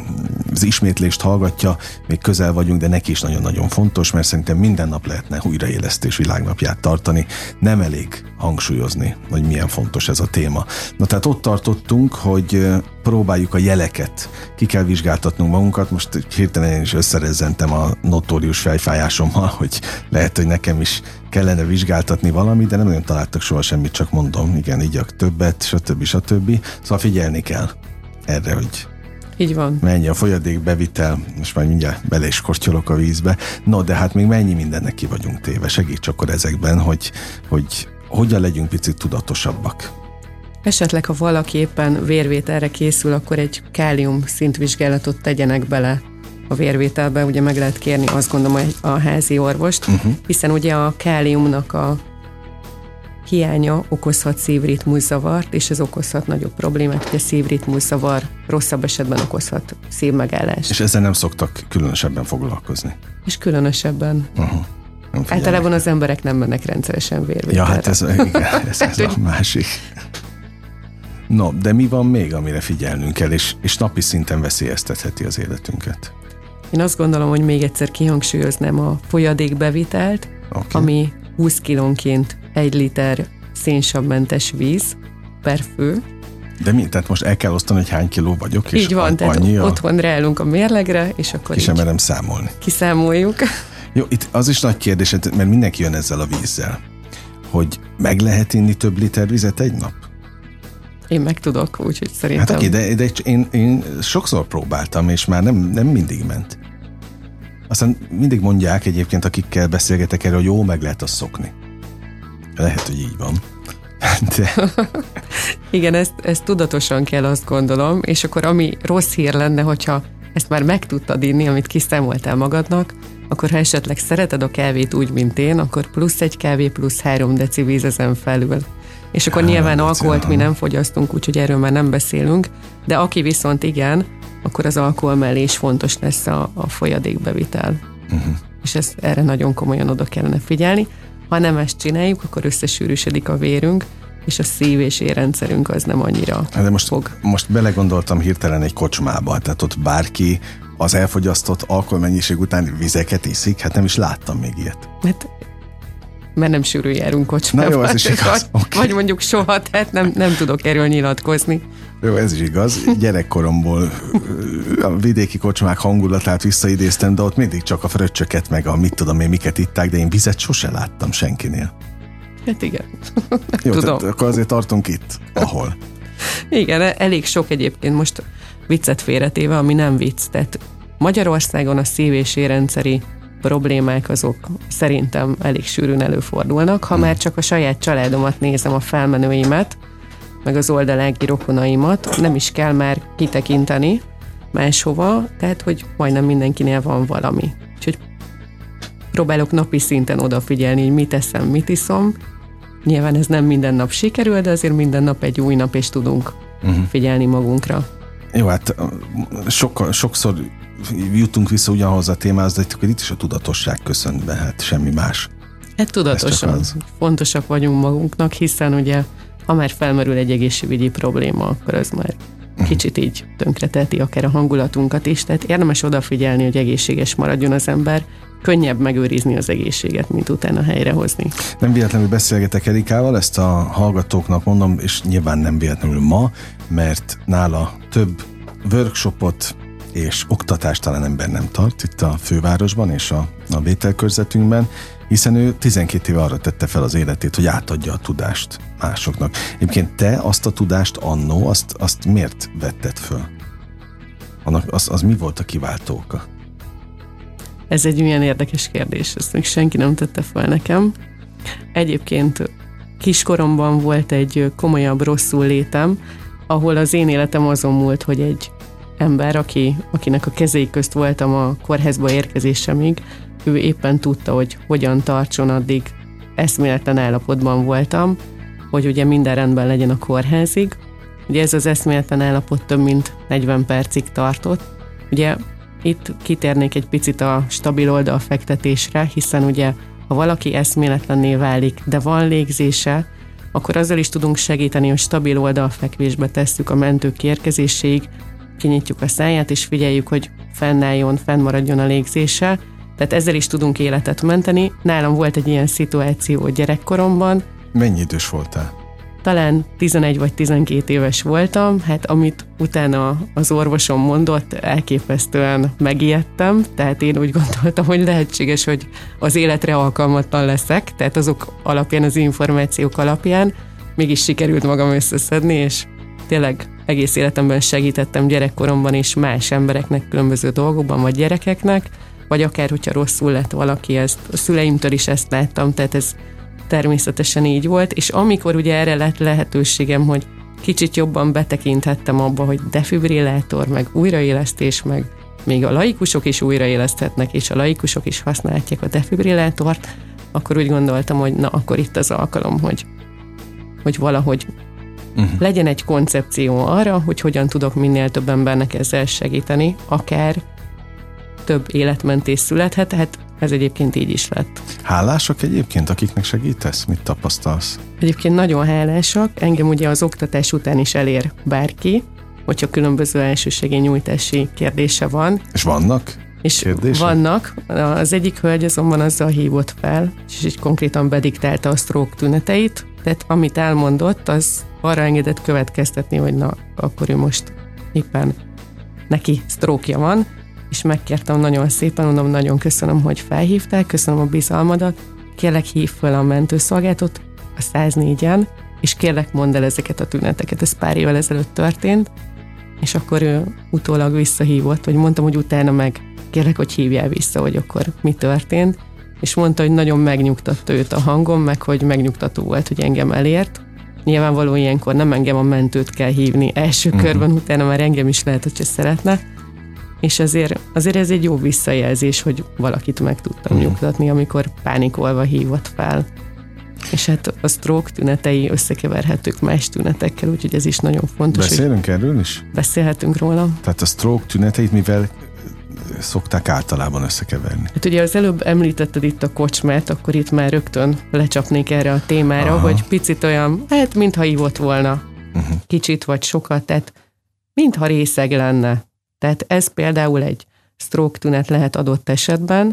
az ismétlést hallgatja, még közel vagyunk, de neki is nagyon-nagyon fontos, mert szerintem minden nap lehetne újraélesztés világnapját tartani, nem elég hangsúlyozni, hogy milyen fontos ez a téma. Na tehát ott tartottunk, hogy próbáljuk a jeleket, ki kell vizsgáltatnunk magunkat, most hirtelen én is összerezzentem a notórius fejfájásommal, hogy lehet, hogy nekem is kellene vizsgáltatni valamit, de nem nagyon találtak soha semmit, csak mondom, igen, igyak többet, stb. stb. Szóval figyelni kell erre, hogy így van. Mennyi a folyadékbevitel, most már mindjárt bele is kortyolok a vízbe. No, de hát még mennyi mindennek ki vagyunk téve. Segíts akkor ezekben, hogy, hogy hogyan legyünk picit tudatosabbak. Esetleg, ha valaki éppen vérvételre készül, akkor egy kálium szintvizsgálatot tegyenek bele a vérvételbe, ugye meg lehet kérni, azt gondolom, a házi orvost, uh-huh. hiszen ugye a káliumnak a hiánya okozhat szívritmuszavart, és ez okozhat nagyobb problémát, hogy a szívritmuszavar rosszabb esetben okozhat szívmegállást. És ezzel nem szoktak különösebben foglalkozni. És különösebben. Uh-huh. Általában az emberek nem mennek rendszeresen vérvételre. Ja, hát ez, igen, ez, ez a másik. No, de mi van még, amire figyelnünk kell, és, és napi szinten veszélyeztetheti az életünket? Én azt gondolom, hogy még egyszer kihangsúlyoznám a folyadékbevitelt, okay. ami húsz kilónként egy liter szénsavmentes víz per fő. De mi? Tehát most el kell osztani, hogy hány kiló vagyok? És így van, tehát a... otthon ráállunk a mérlegre, és akkor ki sem merem számolni. Kiszámoljuk. Jó, itt az is nagy kérdés, mert mindenki jön ezzel a vízzel, hogy meg lehet inni több liter vizet egy nap? Én meg tudok, úgyhogy szerintem... Hát oké, de, de én, én sokszor próbáltam, és már nem, nem mindig ment. Aztán mindig mondják egyébként, akikkel beszélgetek erről, hogy jó, meg lehet azt szokni. Lehet, hogy így van. De... Igen, ezt, ezt tudatosan kell, azt gondolom, és akkor ami rossz hír lenne, hogyha ezt már meg tudtad inni, amit kiszámoltál magadnak, akkor ha esetleg szereted a kávét úgy, mint én, akkor plusz egy kávé, plusz három deci víz ezen felül. És akkor Há, nyilván alkoholt mi nem fogyasztunk, úgyhogy erről már nem beszélünk, de aki viszont igen, akkor az alkohol mellé is fontos lesz a, a folyadékbevitel. Uh-huh. És ezt, erre nagyon komolyan oda kellene figyelni. Ha nem ezt csináljuk, akkor összesűrűsödik a vérünk, és a szív- és érrendszerünk az nem annyira de most, fog. Most belegondoltam hirtelen egy kocsmába, tehát ott bárki az elfogyasztott alkoholmennyiség után vizeket iszik, hát nem is láttam még ilyet. Hát, mert nem sűrű járunk kocsmába. Na jó, ez is igaz. Vagy, okay. vagy mondjuk soha, tehát nem, nem tudok erről nyilatkozni. Jó, ez is igaz. Gyerekkoromból a vidéki kocsmák hangulatát visszaidéztem, de ott mindig csak a fröccsöket, meg a mit tudom én, miket itták, de én vizet sose láttam senkinél. Hát igen. Jó, tudom. tehát akkor azért tartunk itt, ahol. Igen, elég sok egyébként most viccet félretéve, ami nem vicc. Tehát Magyarországon a szív- és érrendszeri problémák azok szerintem elég sűrűn előfordulnak. Ha hmm. már csak a saját családomat nézem, a felmenőimet, meg az oldalági rokonaimat, nem is kell már kitekinteni máshova, tehát hogy majdnem mindenkinél van valami. Úgyhogy próbálok napi szinten odafigyelni, hogy mit eszem, mit iszom. Nyilván ez nem minden nap sikerül, de azért minden nap egy új nap, és tudunk uh-huh. figyelni magunkra. Jó, hát sokkal, sokszor jutunk vissza ugyanhoz a témához, de itt is a tudatosság köszönt be, hát semmi más. Hát tudatosan. Fontosak vagyunk magunknak, hiszen ugye, ha már felmerül egy egészségügyi probléma, akkor az már uh-huh. kicsit így tönkreteti akár a hangulatunkat is, tehát érdemes odafigyelni, hogy egészséges maradjon az ember, könnyebb megőrizni az egészséget, mint utána helyrehozni. Nem véletlenül beszélgetek Erikával, ezt a hallgatóknak mondom, és nyilván nem véletlenül ma, mert nála több workshopot és oktatást talán ember nem tart itt a fővárosban és a, a vételkörzetünkben, hiszen ő tizenkét éve arra tette fel az életét, hogy átadja a tudást másoknak. Egyébként te azt a tudást annó, azt, azt miért vetted föl? Annak, az, az mi volt a kiváltó oka? Ez egy olyan érdekes kérdés, ezt még senki nem tette fel nekem. Egyébként kiskoromban volt egy komolyabb rosszul létem, ahol az én életem azon múlt, hogy egy ember, aki, akinek a kezei közt voltam a kórházba érkezésemig, ő éppen tudta, hogy hogyan tartson, addig eszméletlen állapotban voltam, hogy ugye minden rendben legyen a kórházig. Ugye ez az eszméletlen állapot több mint negyven percig tartott. Ugye itt kitérnék egy picit a stabil oldalfektetésre, hiszen ugye, ha valaki eszméletlenné válik, de van légzése, akkor azzal is tudunk segíteni, hogy stabil oldalfekvésbe tesszük a mentő kiérkezéséig, kinyitjuk a száját, és figyeljük, hogy fennálljon, fennmaradjon a légzése, tehát ezzel is tudunk életet menteni. Nálam volt egy ilyen szituáció gyerekkoromban. Mennyi idős voltál? Talán tizenegy vagy tizenkét éves voltam, hát amit utána az orvosom mondott, elképesztően megijedtem, tehát én úgy gondoltam, hogy lehetséges, hogy az életre alkalmatlan leszek, tehát azok alapján, az információk alapján mégis sikerült magam összeszedni, és tényleg egész életemben segítettem gyerekkoromban is más embereknek, különböző dolgokban, vagy gyerekeknek, vagy akár, hogyha rosszul lett valaki, ezt a szüleimtől is ezt láttam, tehát ez természetesen így volt, és amikor ugye erre lett lehetőségem, hogy kicsit jobban betekinthettem abba, hogy defibrillátor, meg újraélesztés, meg még a laikusok is újraéleszthetnek, és a laikusok is használhatják a defibrillátort, akkor úgy gondoltam, hogy na, akkor itt az alkalom, hogy, hogy valahogy uh-huh. legyen egy koncepció arra, hogy hogyan tudok minél több embernek ezzel segíteni, akár több életmentés születhet, hát ez egyébként így is lett. Hálásak egyébként, akiknek segítesz? Mit tapasztalsz? Egyébként nagyon hálásak. Engem ugye az oktatás után is elér bárki, hogyha különböző elsősegélynyújtási kérdése van. És vannak? És kérdése? Vannak, az egyik hölgy azonban azzal hívott fel, és így konkrétan bediktálta a stroke tüneteit, tehát amit elmondott, az arra engedett következtetni, hogy na, akkor ő most éppen neki sztrókja van, és megkértem nagyon szépen, mondom, nagyon köszönöm, hogy felhívták, köszönöm a bizalmadat, kérlek hív fel a mentőszolgálatot a száz négyen, és kérlek mondd el ezeket a tüneteket, ez pár évvel ezelőtt történt, és akkor ő utólag visszahívott, vagy mondtam, hogy utána meg kérlek, hogy hívjál vissza, hogy akkor mi történt, és mondta, hogy nagyon megnyugtatta őt a hangom, meg hogy megnyugtató volt, hogy engem elért. Nyilvánvaló ilyenkor nem engem, a mentőt kell hívni első uh-huh. körben, utána már engem is lehet, hogyha szeretne. És azért, azért ez egy jó visszajelzés, hogy valakit meg tudtam uh-huh. nyugtatni, amikor pánikolva hívott fel. És hát a stroke tünetei összekeverhetők más tünetekkel, úgyhogy ez is nagyon fontos. Beszélünk erről is? Beszélhetünk róla. Tehát a stroke tüneteit mivel szokták általában összekeverni? Hát ugye az előbb említetted itt a kocsmát, akkor itt már rögtön lecsapnék erre a témára, aha. hogy picit olyan, hát mintha ívott volna uh-huh. kicsit vagy sokat, tehát mintha részeg lenne. Tehát ez például egy stroke tünet lehet adott esetben,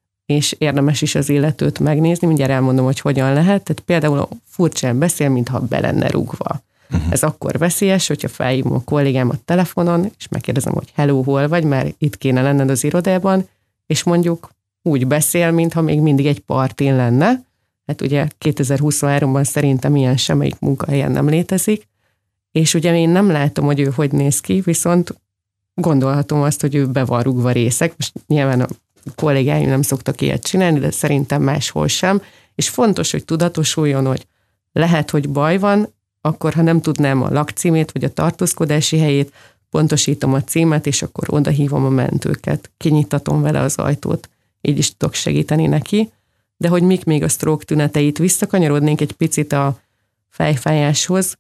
és érdemes is az illetőt megnézni, mindjárt elmondom, hogy hogyan lehet. Tehát például furcsán beszél, mintha be lenne rúgva. Uh-huh. Ez akkor veszélyes, hogyha felhívom a kollégámat telefonon, és megkérdezem, hogy hello, hol vagy, mert itt kéne lenned az irodában, és mondjuk úgy beszél, mintha még mindig egy partin lenne. Hát ugye kétezer-huszonháromban szerintem ilyen semmelyik munkahelyen nem létezik, és ugye én nem látom, hogy ő hogy néz ki, viszont gondolhatom azt, hogy ő be van rúgva részek. Most nyilván a kollégáim nem szoktak ilyet csinálni, de szerintem máshol sem, és fontos, hogy tudatosuljon, hogy lehet, hogy baj van, akkor ha nem tudnám a lakcímét, vagy a tartózkodási helyét, pontosítom a címet, és akkor oda hívom a mentőket. Kinyitatom vele az ajtót, így is tudok segíteni neki. De hogy mik még a stroke tüneteit, visszakanyarodnénk egy picit a fejfájáshoz.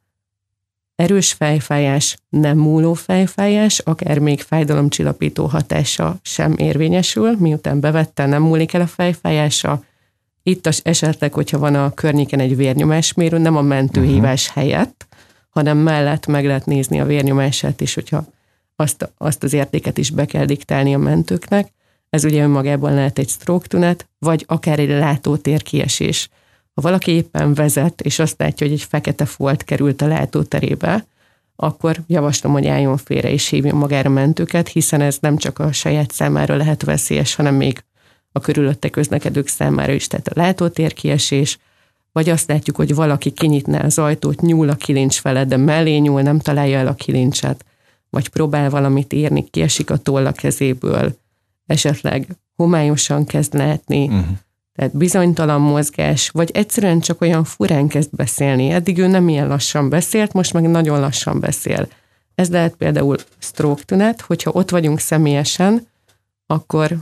Erős fejfájás, nem múló fejfájás, akár még fájdalomcsillapító hatása sem érvényesül, miután bevette, nem múlik el a fejfájása. Itt esetleg, hogyha van a környéken egy vérnyomásmérő, nem a mentőhívás uh-huh. helyett, hanem mellett meg lehet nézni a vérnyomását, és hogyha azt, azt az értéket is be kell diktálni a mentőknek. Ez ugye önmagában lehet egy stroke tünet, vagy akár egy látótér kiesés. Ha valaki éppen vezet, és azt látja, hogy egy fekete folt került a látóterébe, akkor javaslom, hogy álljon félre és hívjon magára mentőket, hiszen ez nem csak a saját számára lehet veszélyes, hanem még a körülötte közlekedők számára is, tehát a látótérkiesés, vagy azt látjuk, hogy valaki kinyitná az ajtót, nyúl a kilincs felett, de mellé nyúl, nem találja el a kilincset, vagy próbál valamit írni, kiesik a toll a kezéből, esetleg homályosan kezd látni, uh-huh. tehát bizonytalan mozgás, vagy egyszerűen csak olyan furán kezd beszélni. Eddig ő nem ilyen lassan beszélt, most meg nagyon lassan beszél. Ez lehet például stroke tünet, hogyha ott vagyunk személyesen, akkor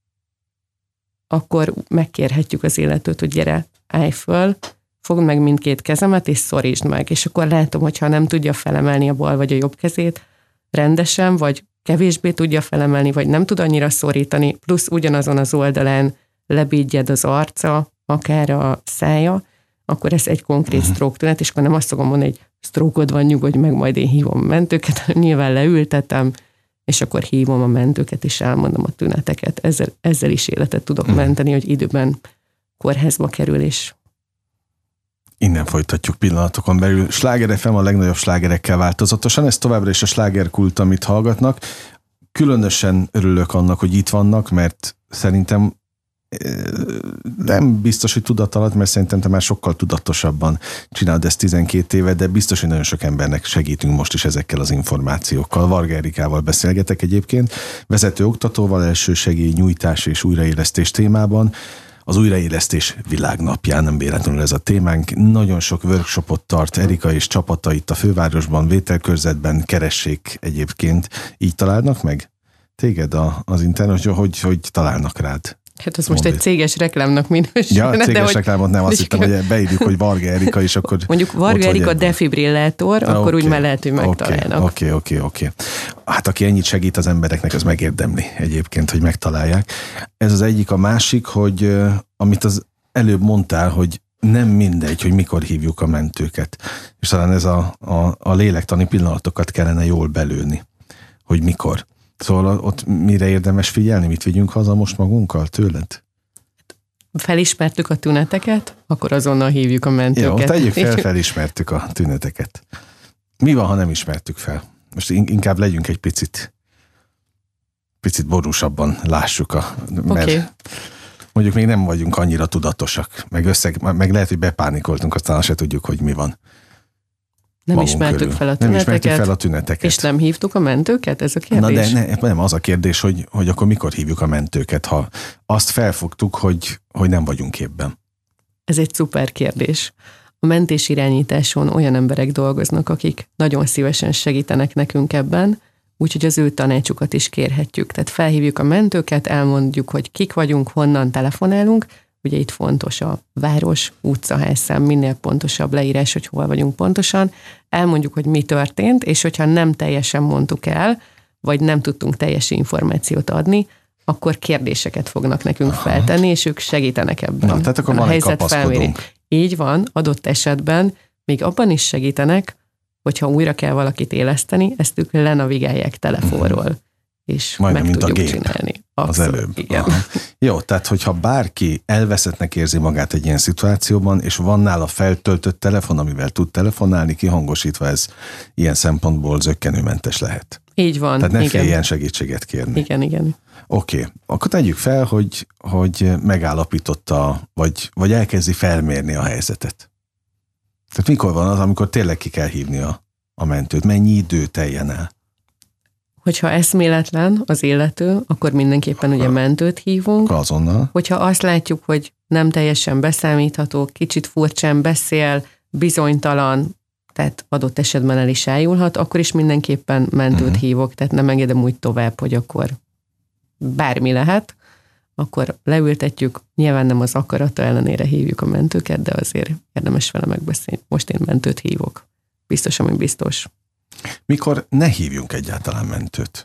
akkor megkérhetjük az illetőt, hogy gyere, állj föl, fogd meg mindkét kezemet, és szorítsd meg. És akkor látom, hogyha nem tudja felemelni a bal vagy a jobb kezét rendesen, vagy kevésbé tudja felemelni, vagy nem tud annyira szorítani, plusz ugyanazon az oldalán lebígyed az arca, akár a szája, akkor ez egy konkrét uh-huh. stroke tünet, és akkor nem azt fogom mondani, hogy stroke-od van, nyugodj meg, majd én hívom a mentőket, nyilván leültetem, és akkor hívom a mentőket, és elmondom a tüneteket. Ezzel, ezzel is életet tudok hmm. menteni, hogy időben kórházba kerül, és... Innen folytatjuk pillanatokon belül. Sláger ef em a legnagyobb slágerekkel változatosan, ez továbbra is a slágerkult, amit hallgatnak. Különösen örülök annak, hogy itt vannak, mert szerintem nem biztos, hogy tudat alatt, mert szerintem te már sokkal tudatosabban csinálod ezt tizenkét éve, de biztos, hogy nagyon sok embernek segítünk most is ezekkel az információkkal. Varga Erikával beszélgetek egyébként, vezető oktatóval, elsősegély nyújtás és újraélesztés témában. Az újraélesztés világnapján, nem véletlenül ez a témánk. Nagyon sok workshopot tart Erika és csapata itt a fővárosban, vételkörzetben, keressék egyébként. Így találnak meg téged a, az internet, hogy, hogy, hogy találnak rád? Hát az most egy céges reklámnak minősül. Ja, céges de reklámot nem, azt hittem, hogy beírjuk, hogy Varga Erika, és akkor... Mondjuk Varga Erika defibrillátor, akkor okay, úgy már lehet, hogy megtalálnak. Oké, oké, oké. Hát aki ennyit segít az embereknek, az megérdemli egyébként, hogy megtalálják. Ez az egyik, a másik, hogy amit az előbb mondtál, hogy nem mindegy, hogy mikor hívjuk a mentőket. És talán ez a, a, a lélektani pillanatokat kellene jól belőni, hogy mikor. Szóval ott mire érdemes figyelni? Mit vigyünk haza most magunkkal tőled? Felismertük a tüneteket, akkor azonnal hívjuk a mentőket. Jó, tegyük fel, felismertük a tüneteket. Mi van, ha nem ismertük fel? Most inkább legyünk egy picit picit borúsabban lássuk a... Mert okay. Mondjuk még nem vagyunk annyira tudatosak, meg, összeg, meg lehet, hogy bepánikoltunk, aztán se tudjuk, hogy mi van. Nem ismertük körül. fel a tüneteket. Nem ismertük fel a tüneteket. És nem hívtuk a mentőket? Ez a kérdés? Na de ne, nem az a kérdés, hogy, hogy akkor mikor hívjuk a mentőket, ha azt felfogtuk, hogy, hogy nem vagyunk képben. Ez egy szuper kérdés. A mentésirányításon olyan emberek dolgoznak, akik nagyon szívesen segítenek nekünk ebben, úgyhogy az ő tanácsukat is kérhetjük. Tehát felhívjuk a mentőket, elmondjuk, hogy kik vagyunk, honnan telefonálunk. Ugye itt fontos a város, utcahelyszám, minél pontosabb leírás, hogy hol vagyunk pontosan. Elmondjuk, hogy mi történt, és hogyha nem teljesen mondtuk el, vagy nem tudtunk teljes információt adni, akkor kérdéseket fognak nekünk feltenni, és ők segítenek ebben. Na, tehát akkor a van egy kapaszkodunk. Így van, adott esetben még abban is segítenek, hogyha újra kell valakit éleszteni, ezt ők lenavigálják telefonról, uh-huh. és majdnem, meg mint tudjuk a gép csinálni. Abszolút, az előbb. Igen. Jó, tehát hogyha bárki elveszettnek érzi magát egy ilyen szituációban, és van nála feltöltött telefon, amivel tud telefonálni, kihangosítva, ez ilyen szempontból zökkenőmentes lehet. Így van. Tehát ne igen. féljen segítséget kérni. Igen, igen. Oké, okay. Akkor tegyük fel, hogy, hogy megállapította, vagy, vagy elkezdi felmérni a helyzetet. Tehát mikor van az, amikor tényleg ki kell hívni a, a mentőt? Mennyi idő teljen el? Hogyha eszméletlen az illető, akkor mindenképpen ugye mentőt hívunk. Azonnal. Hogyha azt látjuk, hogy nem teljesen beszámítható, kicsit furcsán beszél, bizonytalan, tehát adott esetben el is ájulhat, akkor is mindenképpen mentőt uh-huh. hívok, tehát nem engedem úgy tovább, hogy akkor bármi lehet, akkor leültetjük, nyilván nem az akarata ellenére hívjuk a mentőket, de azért érdemes vele megbeszélni. Most én mentőt hívok. Biztos, ami biztos. Mikor ne hívjunk egyáltalán mentőt?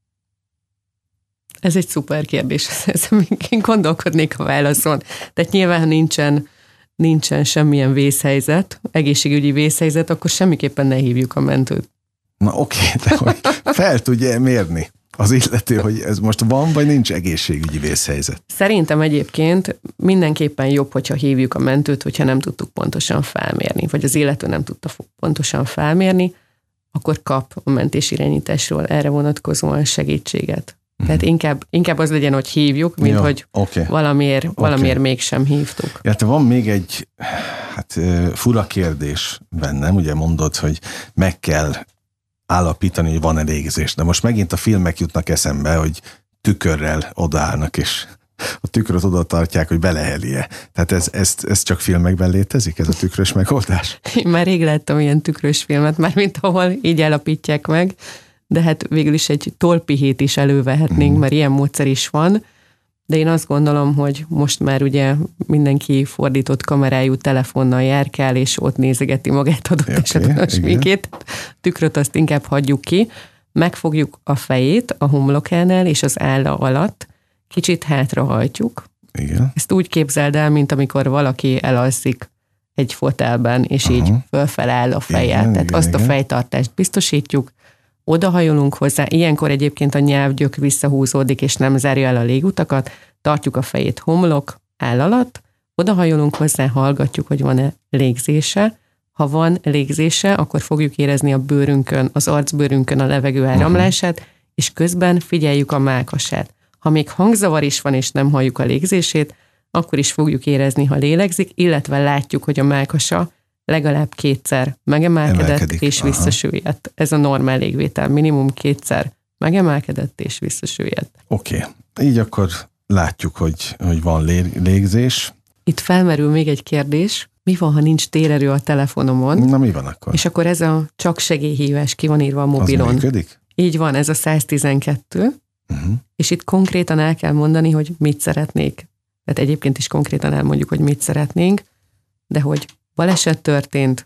Ez egy szuper kérdés. Ezen én gondolkodnék a válaszon. Tehát nyilván nincsen, nincsen semmilyen vészhelyzet, egészségügyi vészhelyzet, akkor semmiképpen ne hívjuk a mentőt. Na oké, de hogy fel tudja mérni az illető, hogy ez most van, vagy nincs egészségügyi vészhelyzet? Szerintem egyébként mindenképpen jobb, hogyha hívjuk a mentőt, hogyha nem tudtuk pontosan felmérni, vagy az illető nem tudta pontosan felmérni, akkor kap a mentésirányításról erre vonatkozóan segítséget. Mm. Tehát inkább, inkább az legyen, hogy hívjuk, mint ja, hogy okay. valamiért, okay. valamiért mégsem hívtuk. Ja, te van még egy hát, fura kérdés bennem, ugye mondod, hogy meg kell állapítani, hogy van-e légzés. De most megint a filmek jutnak eszembe, hogy tükörrel odaállnak, és a tükröt oda tartják, hogy beleheli-e. Tehát ez, ez, ez csak filmekben létezik, ez a tükrös megoldás? Én már rég láttam ilyen tükrös filmet, már mint ahol így állapítják meg, de hát végül is egy tolpihét is elővehetnénk, mm. mert ilyen módszer is van, de én azt gondolom, hogy most már ugye mindenki fordított kamerájú telefonnal járkál, és ott nézegeti magát adott okay, esetben a sminkét. Tükröt azt inkább hagyjuk ki, megfogjuk a fejét a homlokánál és az álla alatt, kicsit hátrahajtjuk. Igen. Ezt úgy képzeld el, mint amikor valaki elalszik egy fotelben, és Aha. így fölfeláll a feje. Igen, Tehát igen, azt igen. a fejtartást biztosítjuk, odahajolunk hozzá, ilyenkor egyébként a nyelvgyök visszahúzódik, és nem zárja el a légutakat, tartjuk a fejét homlok, áll alatt, odahajolunk hozzá, hallgatjuk, hogy van-e légzése. Ha van légzése, akkor fogjuk érezni a bőrünkön, az arcbőrünkön a levegő áramlását, uh-huh. és közben figyeljük a mellkasát. Ha még hangzavar is van, és nem halljuk a légzését, akkor is fogjuk érezni, ha lélegzik, illetve látjuk, hogy a mellkasa legalább kétszer megemelkedett Emelkedik. és visszasüllyedt. Ez a normál légvétel. Minimum kétszer megemelkedett és visszasüllyedt. Oké. Okay. Így akkor látjuk, hogy, hogy van légzés. Itt felmerül még egy kérdés. Mi van, ha nincs térerő a telefonomon? Na mi van akkor? És akkor ez a csak segélyhívás ki van írva a mobilon. Az működik? Így van, ez a száz tizenkettő. Uh-huh. És itt konkrétan el kell mondani, hogy mit szeretnék. Tehát egyébként is konkrétan elmondjuk, hogy mit szeretnénk, de hogy baleset történt,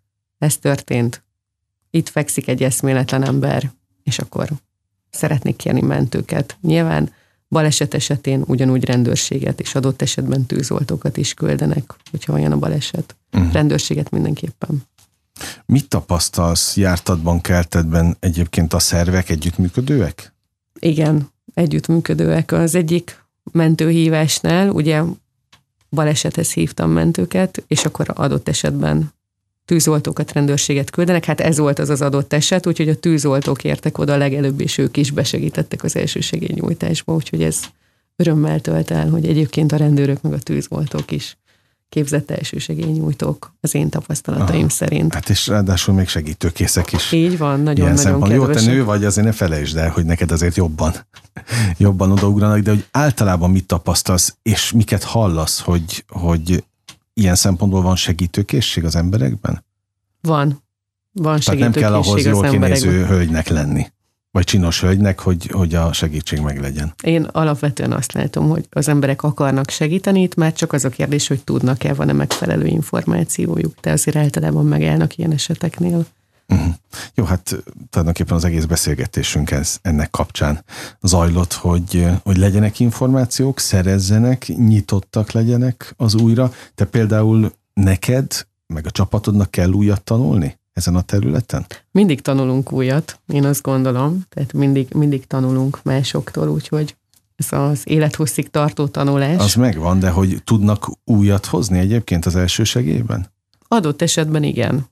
ez történt, itt fekszik egy eszméletlen ember, és akkor szeretnék kérni mentőket. Nyilván baleset esetén ugyanúgy rendőrséget, és adott esetben tűzoltókat is küldenek, hogyha olyan a baleset. Uh-huh. Rendőrséget mindenképpen. Mit tapasztalsz jártatban, keltetben egyébként a szervek együttműködőek? Igen, együttműködőek. Az egyik mentőhívásnál, ugye balesethez hívtam mentőket, és akkor adott esetben tűzoltókat, rendőrséget küldenek. Hát ez volt az az adott eset, úgyhogy a tűzoltók értek oda legelőbb, és ők is besegítettek az elsősegélynyújtásba, úgyhogy ez örömmel tölt el, hogy egyébként a rendőrök meg a tűzoltók is képzett elsősegélynyújtók az én tapasztalataim Aha, szerint. Hát és ráadásul még segítőkészek is. Így van, nagyon-nagyon kedvesek. Jó, te nő vagy, azért ne felejtsd el, hogy neked azért jobban, jobban odaugranak, de hogy általában mit tapasztalsz, és miket hallasz, hogy, hogy ilyen szempontból van segítőkészség az emberekben? Van. Van segítőkészség az emberekben. Tehát nem kell ahhoz jól kinéző hölgynek lenni, vagy csinos hölgynek, hogy, hogy a segítség meglegyen. Én alapvetően azt látom, hogy az emberek akarnak segíteni, itt már csak az a kérdés, hogy tudnak-e, van-e megfelelő információjuk, de azért általában megállnak ilyen eseteknél. Uh-huh. Jó, hát tulajdonképpen az egész beszélgetésünk ez, ennek kapcsán zajlott, hogy, hogy legyenek információk, szerezzenek, nyitottak legyenek az újra. Te például neked, meg a csapatodnak kell újat tanulni ezen a területen? Mindig tanulunk újat, én azt gondolom, tehát mindig, mindig tanulunk másoktól, úgyhogy ez az élethosszig tartó tanulás. Az megvan, de hogy tudnak újat hozni egyébként az elsősegélyben? Adott esetben igen.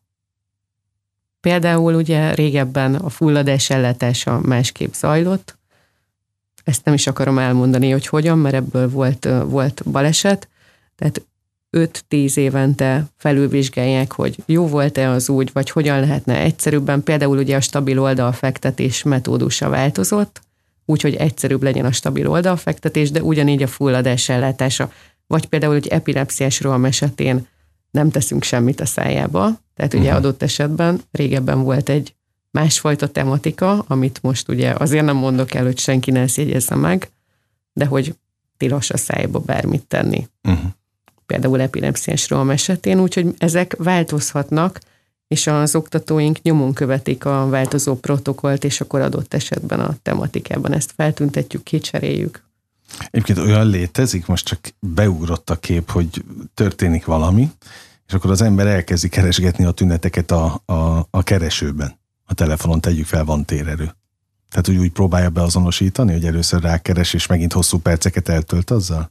Például ugye régebben a fulladás ellátása másképp zajlott. Ezt nem is akarom elmondani, hogy hogyan, mert ebből volt, volt baleset. Tehát öt-tíz évente felülvizsgálják, hogy jó volt-e az úgy, vagy hogyan lehetne egyszerűbben. Például ugye a stabil oldalfektetés metódusa változott, úgyhogy egyszerűbb legyen a stabil oldalfektetés, de ugyanígy a fulladás ellátása. Vagy például, hogy epilepsziás roham esetén nem teszünk semmit a szájába. Tehát ugye uh-huh. adott esetben régebben volt egy másfajta tematika, amit most ugye azért nem mondok el, hogy senki ne szégyezze meg, de hogy tilos a szájába bármit tenni. Uh-huh. Például epilepsziás roham esetén, úgyhogy ezek változhatnak, és az oktatóink nyomon követik a változó protokollt, és akkor adott esetben a tematikában ezt feltüntetjük, kicseréljük. Egyébként olyan létezik, most csak beugrott a kép, hogy történik valami, és akkor az ember elkezdi keresgetni a tüneteket a, a, a keresőben. A telefonon tegyük fel, van térerő. Tehát úgy, úgy próbálja beazonosítani, hogy először rákeres, és megint hosszú perceket eltölt azzal?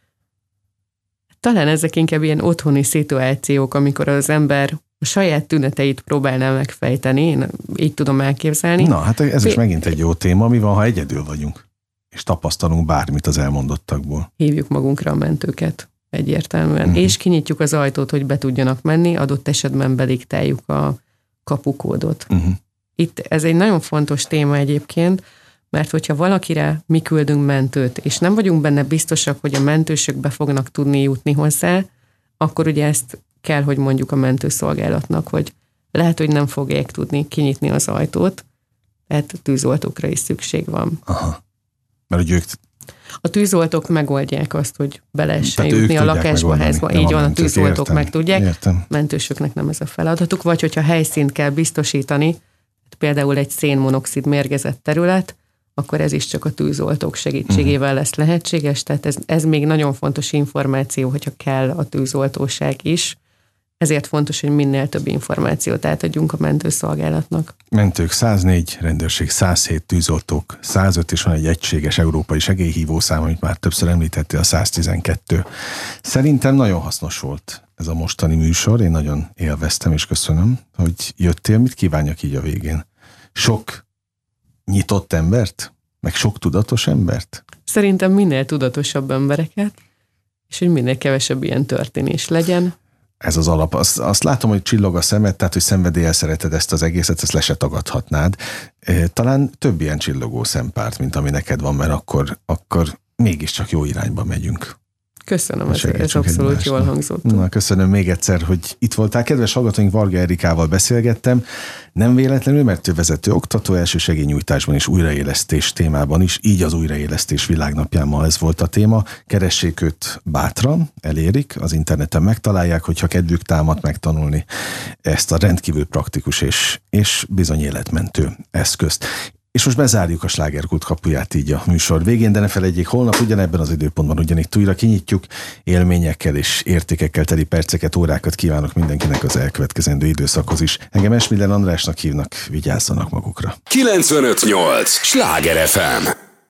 Talán ezek inkább ilyen otthoni szituációk, amikor az ember a saját tüneteit próbálná megfejteni, én így tudom elképzelni. Na, hát ez is megint egy jó téma, mi van, ha egyedül vagyunk, és tapasztalunk bármit az elmondottakból. Hívjuk magunkra a mentőket egyértelműen, uh-huh. és kinyitjuk az ajtót, hogy be tudjanak menni, adott esetben bediktáljuk a kapukódot. Uh-huh. Itt ez egy nagyon fontos téma egyébként, mert hogyha valakire mi küldünk mentőt, és nem vagyunk benne biztosak, hogy a mentősök be fognak tudni jutni hozzá, akkor ugye ezt kell, hogy mondjuk a mentőszolgálatnak, hogy lehet, hogy nem fogják tudni kinyitni az ajtót, tehát tűzoltókra is szükség van. Aha. Mert hogy ők... A tűzoltók megoldják azt, hogy be lehessen jutni a lakásba, házba. Így van, a tűzoltók értem, meg tudják. Értem. Mentősöknek nem ez a feladatuk. Vagy hogyha helyszínt kell biztosítani, például egy szénmonoxid mérgezett terület, akkor ez is csak a tűzoltók segítségével lesz lehetséges. Tehát ez, ez még nagyon fontos információ, hogyha kell a tűzoltóság is. Ezért fontos, hogy minél több információt átadjunk a mentőszolgálatnak. Mentők száznégy, rendőrség száz hét, tűzoltók százöt, és van egy egységes európai segélyhívószám, amit már többször említettél, a száz tizenkettő. Szerintem nagyon hasznos volt ez a mostani műsor, én nagyon élveztem, és köszönöm, hogy jöttél. Mit kívánjak így a végén? Sok nyitott embert? Meg sok tudatos embert? Szerintem minél tudatosabb embereket, és hogy minél kevesebb ilyen történés legyen. Ez az alap. Azt, azt látom, hogy csillog a szemed, tehát, hogy szenvedéllyel szereted ezt az egészet, ezt le se tagadhatnád. Talán több ilyen csillogó szempárt, mint ami neked van, mert akkor, akkor mégiscsak jó irányba megyünk. Köszönöm, ez, ez abszolút egymásnak. Jól hangzott. Na, köszönöm még egyszer, hogy itt voltál. Kedves hallgatóink, Varga Erikával beszélgettem. Nem véletlenül, mert ő vezető oktató, elsősegélynyújtásban és újraélesztés témában is, így az újraélesztés világnapján ma ez volt a téma. Keressék őt bátran, elérik, az interneten megtalálják, hogyha kedvük támad megtanulni ezt a rendkívül praktikus és, és bizony életmentő eszközt. És most bezárjuk a Slágerkult kapuját így a műsor végén, de ne felejtjék, holnap ugyanebben az időpontban ugyanitt újra kinyitjuk, élményekkel és értékekkel teli perceket, órákat kívánok mindenkinek az elkövetkezendő időszakhoz is. Engem Esmiller Andrásnak hívnak, vigyázzanak magukra. kilencvenöt nyolc Sláger ef em